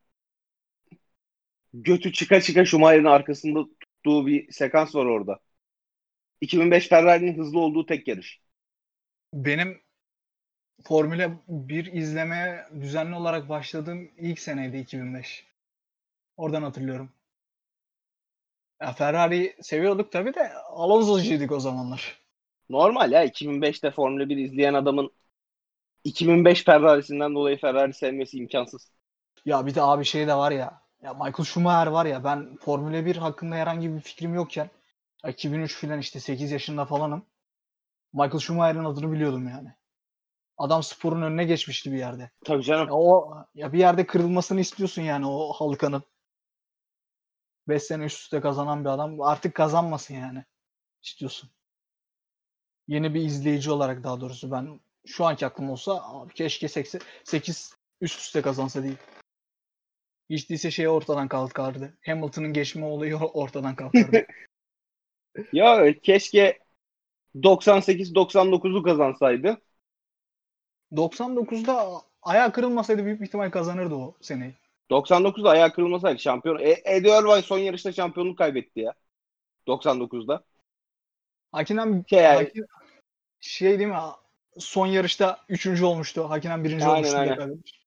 götü çıka çıka Schumacher'in arkasında tuttuğu bir sekans var orada. iki bin beş Ferrari'nin hızlı olduğu tek yarış. Benim Formula bir izlemeye düzenli olarak başladığım ilk seneydi iki bin beş. Oradan hatırlıyorum. Ya Ferrari'yi seviyorduk tabii de Alonso'cuyduk o zamanlar. Normal ya, iki bin beşte Formula bir izleyen adamın iki bin beş Ferrari'sinden dolayı Ferrari sevmesi imkansız. Ya bir de abi şey de var ya. Ya Michael Schumacher var ya, ben Formula bir hakkında herhangi bir fikrim yokken iki bin üç filan işte sekiz yaşında falanım. Michael Schumacher'in adını biliyordum yani. Adam sporun önüne geçmişti bir yerde. Tabii canım. Ya o ya bir yerde kırılmasını istiyorsun yani o halkanın. beş sene üst üste kazanan bir adam artık kazanmasın yani. İstiyorsun. Yeni bir izleyici olarak daha doğrusu ben şu anki aklım olsa abi keşke sekiz üst üste kazansa değil. Hiç değilse şey ortadan kalkardı. Hamilton'ın geçme olayı ortadan kalkardı. Ya keşke doksan sekiz doksan dokuzu kazansaydı. doksan dokuzda ayağı kırılmasaydı büyük bir ihtimal kazanırdı o seneyi. doksan dokuzda ayağı kırılmasaydı şampiyon. E, Eddie Irvine son yarışta şampiyonluk kaybetti ya. doksan dokuzda. Hakinen Şey yani, Hakin, şey değil mi? Son yarışta üçüncü olmuştu. Hakinen birinci aynen olmuştu diye aynen. kaybetmiş.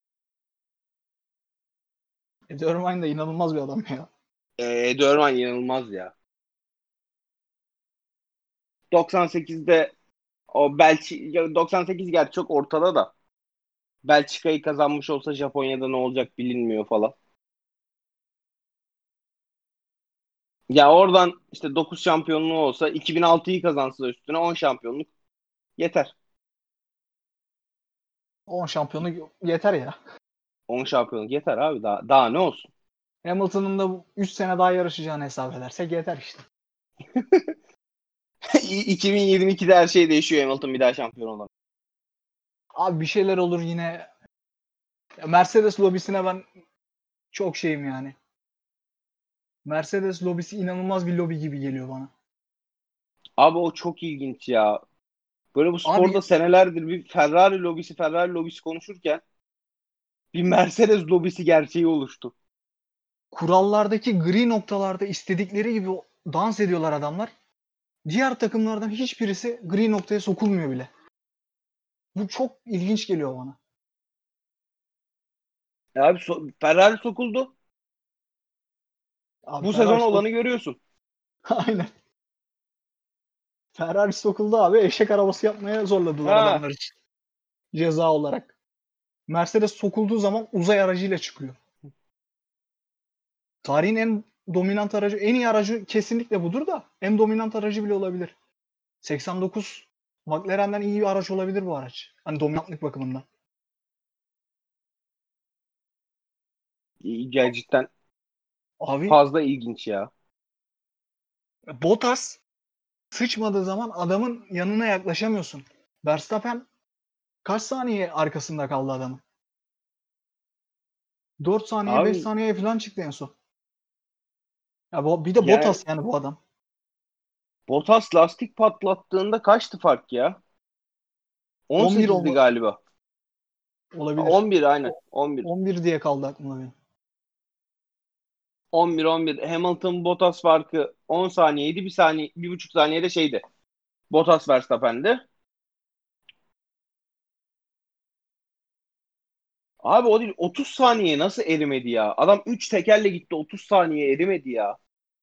Eddie Irvine de inanılmaz bir adam ya. E, Eddie Irvine inanılmaz ya. doksan sekizde o Belçi doksan sekiz gerçi çok ortada da. Belçika'yı kazanmış olsa Japonya'da ne olacak bilinmiyor falan. Ya oradan işte dokuz şampiyonluğu olsa, iki bin altıyı kazansa üstüne on şampiyonluk yeter. on şampiyonluk yeter ya. on şampiyonluk yeter abi, daha daha ne olsun? Hamilton'ın da üç sene daha yarışacağını hesap edersek yeter işte. iki bin yirmi ikide her şey değişiyor, Hamilton bir daha şampiyon olamaz. Abi bir şeyler olur yine. Mercedes lobisine ben çok şeyim yani. Mercedes lobisi inanılmaz bir lobi gibi geliyor bana. Abi o çok ilginç ya. Böyle bu Abi sporda senelerdir bir Ferrari lobisi Ferrari lobisi konuşurken bir Mercedes lobisi gerçeği oluştu. kurallardaki gri noktalarda istedikleri gibi dans ediyorlar adamlar. Diğer takımlardan hiçbirisi gri noktaya sokulmuyor bile. Bu çok ilginç geliyor bana. E abi so- Ferrari sokuldu. Abi Bu sezon Ferrari sok olanı görüyorsun. Aynen. Ferrari sokuldu abi. Eşek arabası yapmaya zorladılar Ha, adamlar için. Ceza olarak. Mercedes sokulduğu zaman uzay aracıyla çıkıyor. Tarihin en dominant aracı, en iyi aracı kesinlikle budur da en dominant aracı bile olabilir. seksen dokuz McLaren'den iyi bir araç olabilir bu araç. Hani dominantlık bakımından. gerçekten Abi fazla ilginç ya. Bottas sıçmadığı zaman adamın yanına yaklaşamıyorsun. Verstappen kaç saniye arkasında kaldı adamın? dört saniye beş Abi saniye falan çıktı en son. Ya bu, bir de yani Bottas yani bu adam. Bottas lastik patlattığında kaçtı fark ya? on bir on sekizdi oldu, galiba. Ha, olabilir. on bir aynen. O- on bir. on bir diye kaldı aklımda benim. on bir on bir. Hamilton Bottas farkı on saniyeydi. Bir saniye, bir buçuk saniyede şeydi. Bottas Verstappen'di. Abi o değil, otuz saniye nasıl erimedi ya? Adam üç tekerle gitti, otuz saniye erimedi ya.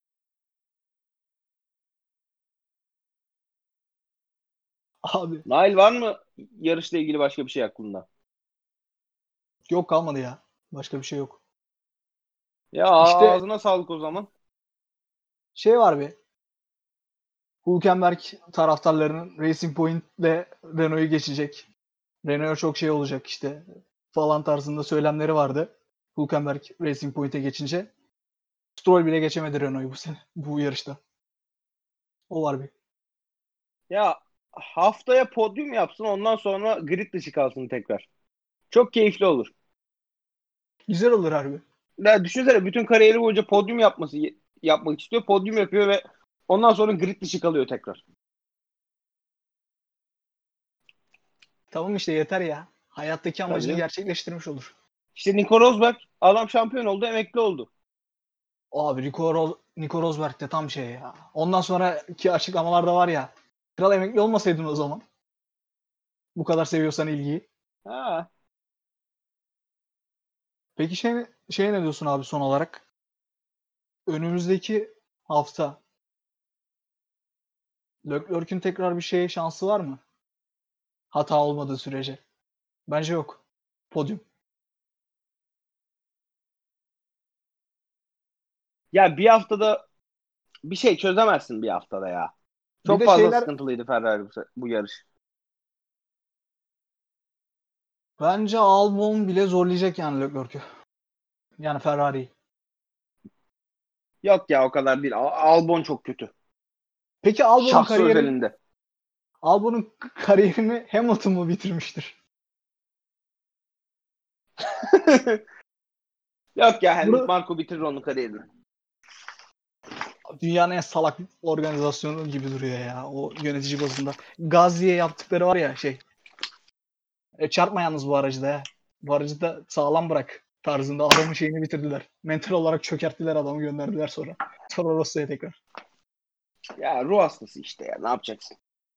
Abi Nail, var mı yarışla ilgili başka bir şey aklında? yok kalmadı ya. Başka bir şey yok. Ya İşte ağzına sağlık o zaman. şey var bir. Hülkenberg taraftarlarının Racing Point ile Renault'u geçecek. Renault çok şey olacak işte falan tarzında söylemleri vardı. Hülkenberg Racing Point'e geçince. Stroll bile geçemedi Renault'u bu sene bu yarışta. O var bir. Ya haftaya podyum yapsın, ondan sonra grid dışı kalsın tekrar. Çok keyifli olur. Güzel olur harbi. Ya düşünsene, bütün kariyeri boyunca podyum yapması yapmak istiyor. Podyum yapıyor ve ondan sonra grid dışı kalıyor tekrar. Tamam işte yeter ya. Hayattaki Tabii amacını canım. gerçekleştirmiş olur. İşte Nico Rosberg, adam şampiyon oldu, emekli oldu. Abi Nico, Ro- Nico Rosberg de tam şey ya. Ondan sonraki açıklamalarda var ya. Kral emekli olmasaydın o zaman. Bu kadar seviyorsan ilgiyi. Ha. Peki şey, şey ne diyorsun abi son olarak? Önümüzdeki hafta Leclerc'ün tekrar bir şeye şansı var mı? Hata olmadığı sürece. Bence yok. Podyum. Ya bir haftada bir şey çözemezsin bir haftada ya. Bir Çok de fazla şeyler sıkıntılıydı Ferrari bu, bu yarış. bence Albon bile zorlayacak yani Leclerc'ü. Yani Ferrari'yi. Yok ya o kadar değil. Al- Albon çok kötü. Peki Albon'un Şahsı kariyerini özelinde. Albon'un kariyerini Hamilton mı bitirmiştir? Yok ya Helmut Bunu Marko bitirir onun kariyerini. dünyanın en salak organizasyonu gibi duruyor ya. O yönetici bazında. Gazi'ye yaptıkları var ya şey. E, çarpma yalnız bu aracı da ya. Bu aracı da sağlam bırak tarzında adamın şeyini bitirdiler. Mental olarak çökerttiler adamı gönderdiler sonra. Sonra Rossi'ye tekrar. Ya ruh hastası işte ya ne yapacaksın?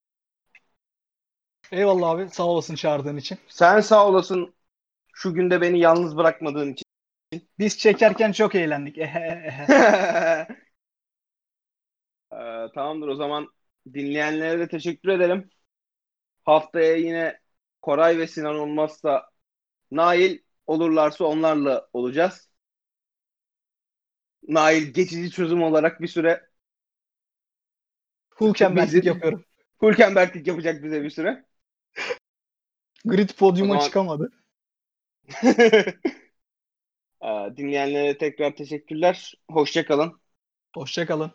Eyvallah abi sağ olasın çağırdığın için. Sen sağ olasın şu günde beni yalnız bırakmadığın için. Biz çekerken çok eğlendik. Ehe ehe. Ee, tamamdır o zaman dinleyenlere de teşekkür ederim. Haftaya yine Koray ve Sinan olmazsa Nail olurlarsa onlarla olacağız. Nail geçici çözüm olarak bir süre Hulkenberg'lik bizi yapıyorum. Hülkenberg'lik yapacak bize bir süre. Grid O podyuma zaman çıkamadı. Ee, dinleyenlere tekrar teşekkürler. Hoşça kalın. Hoşça kalın.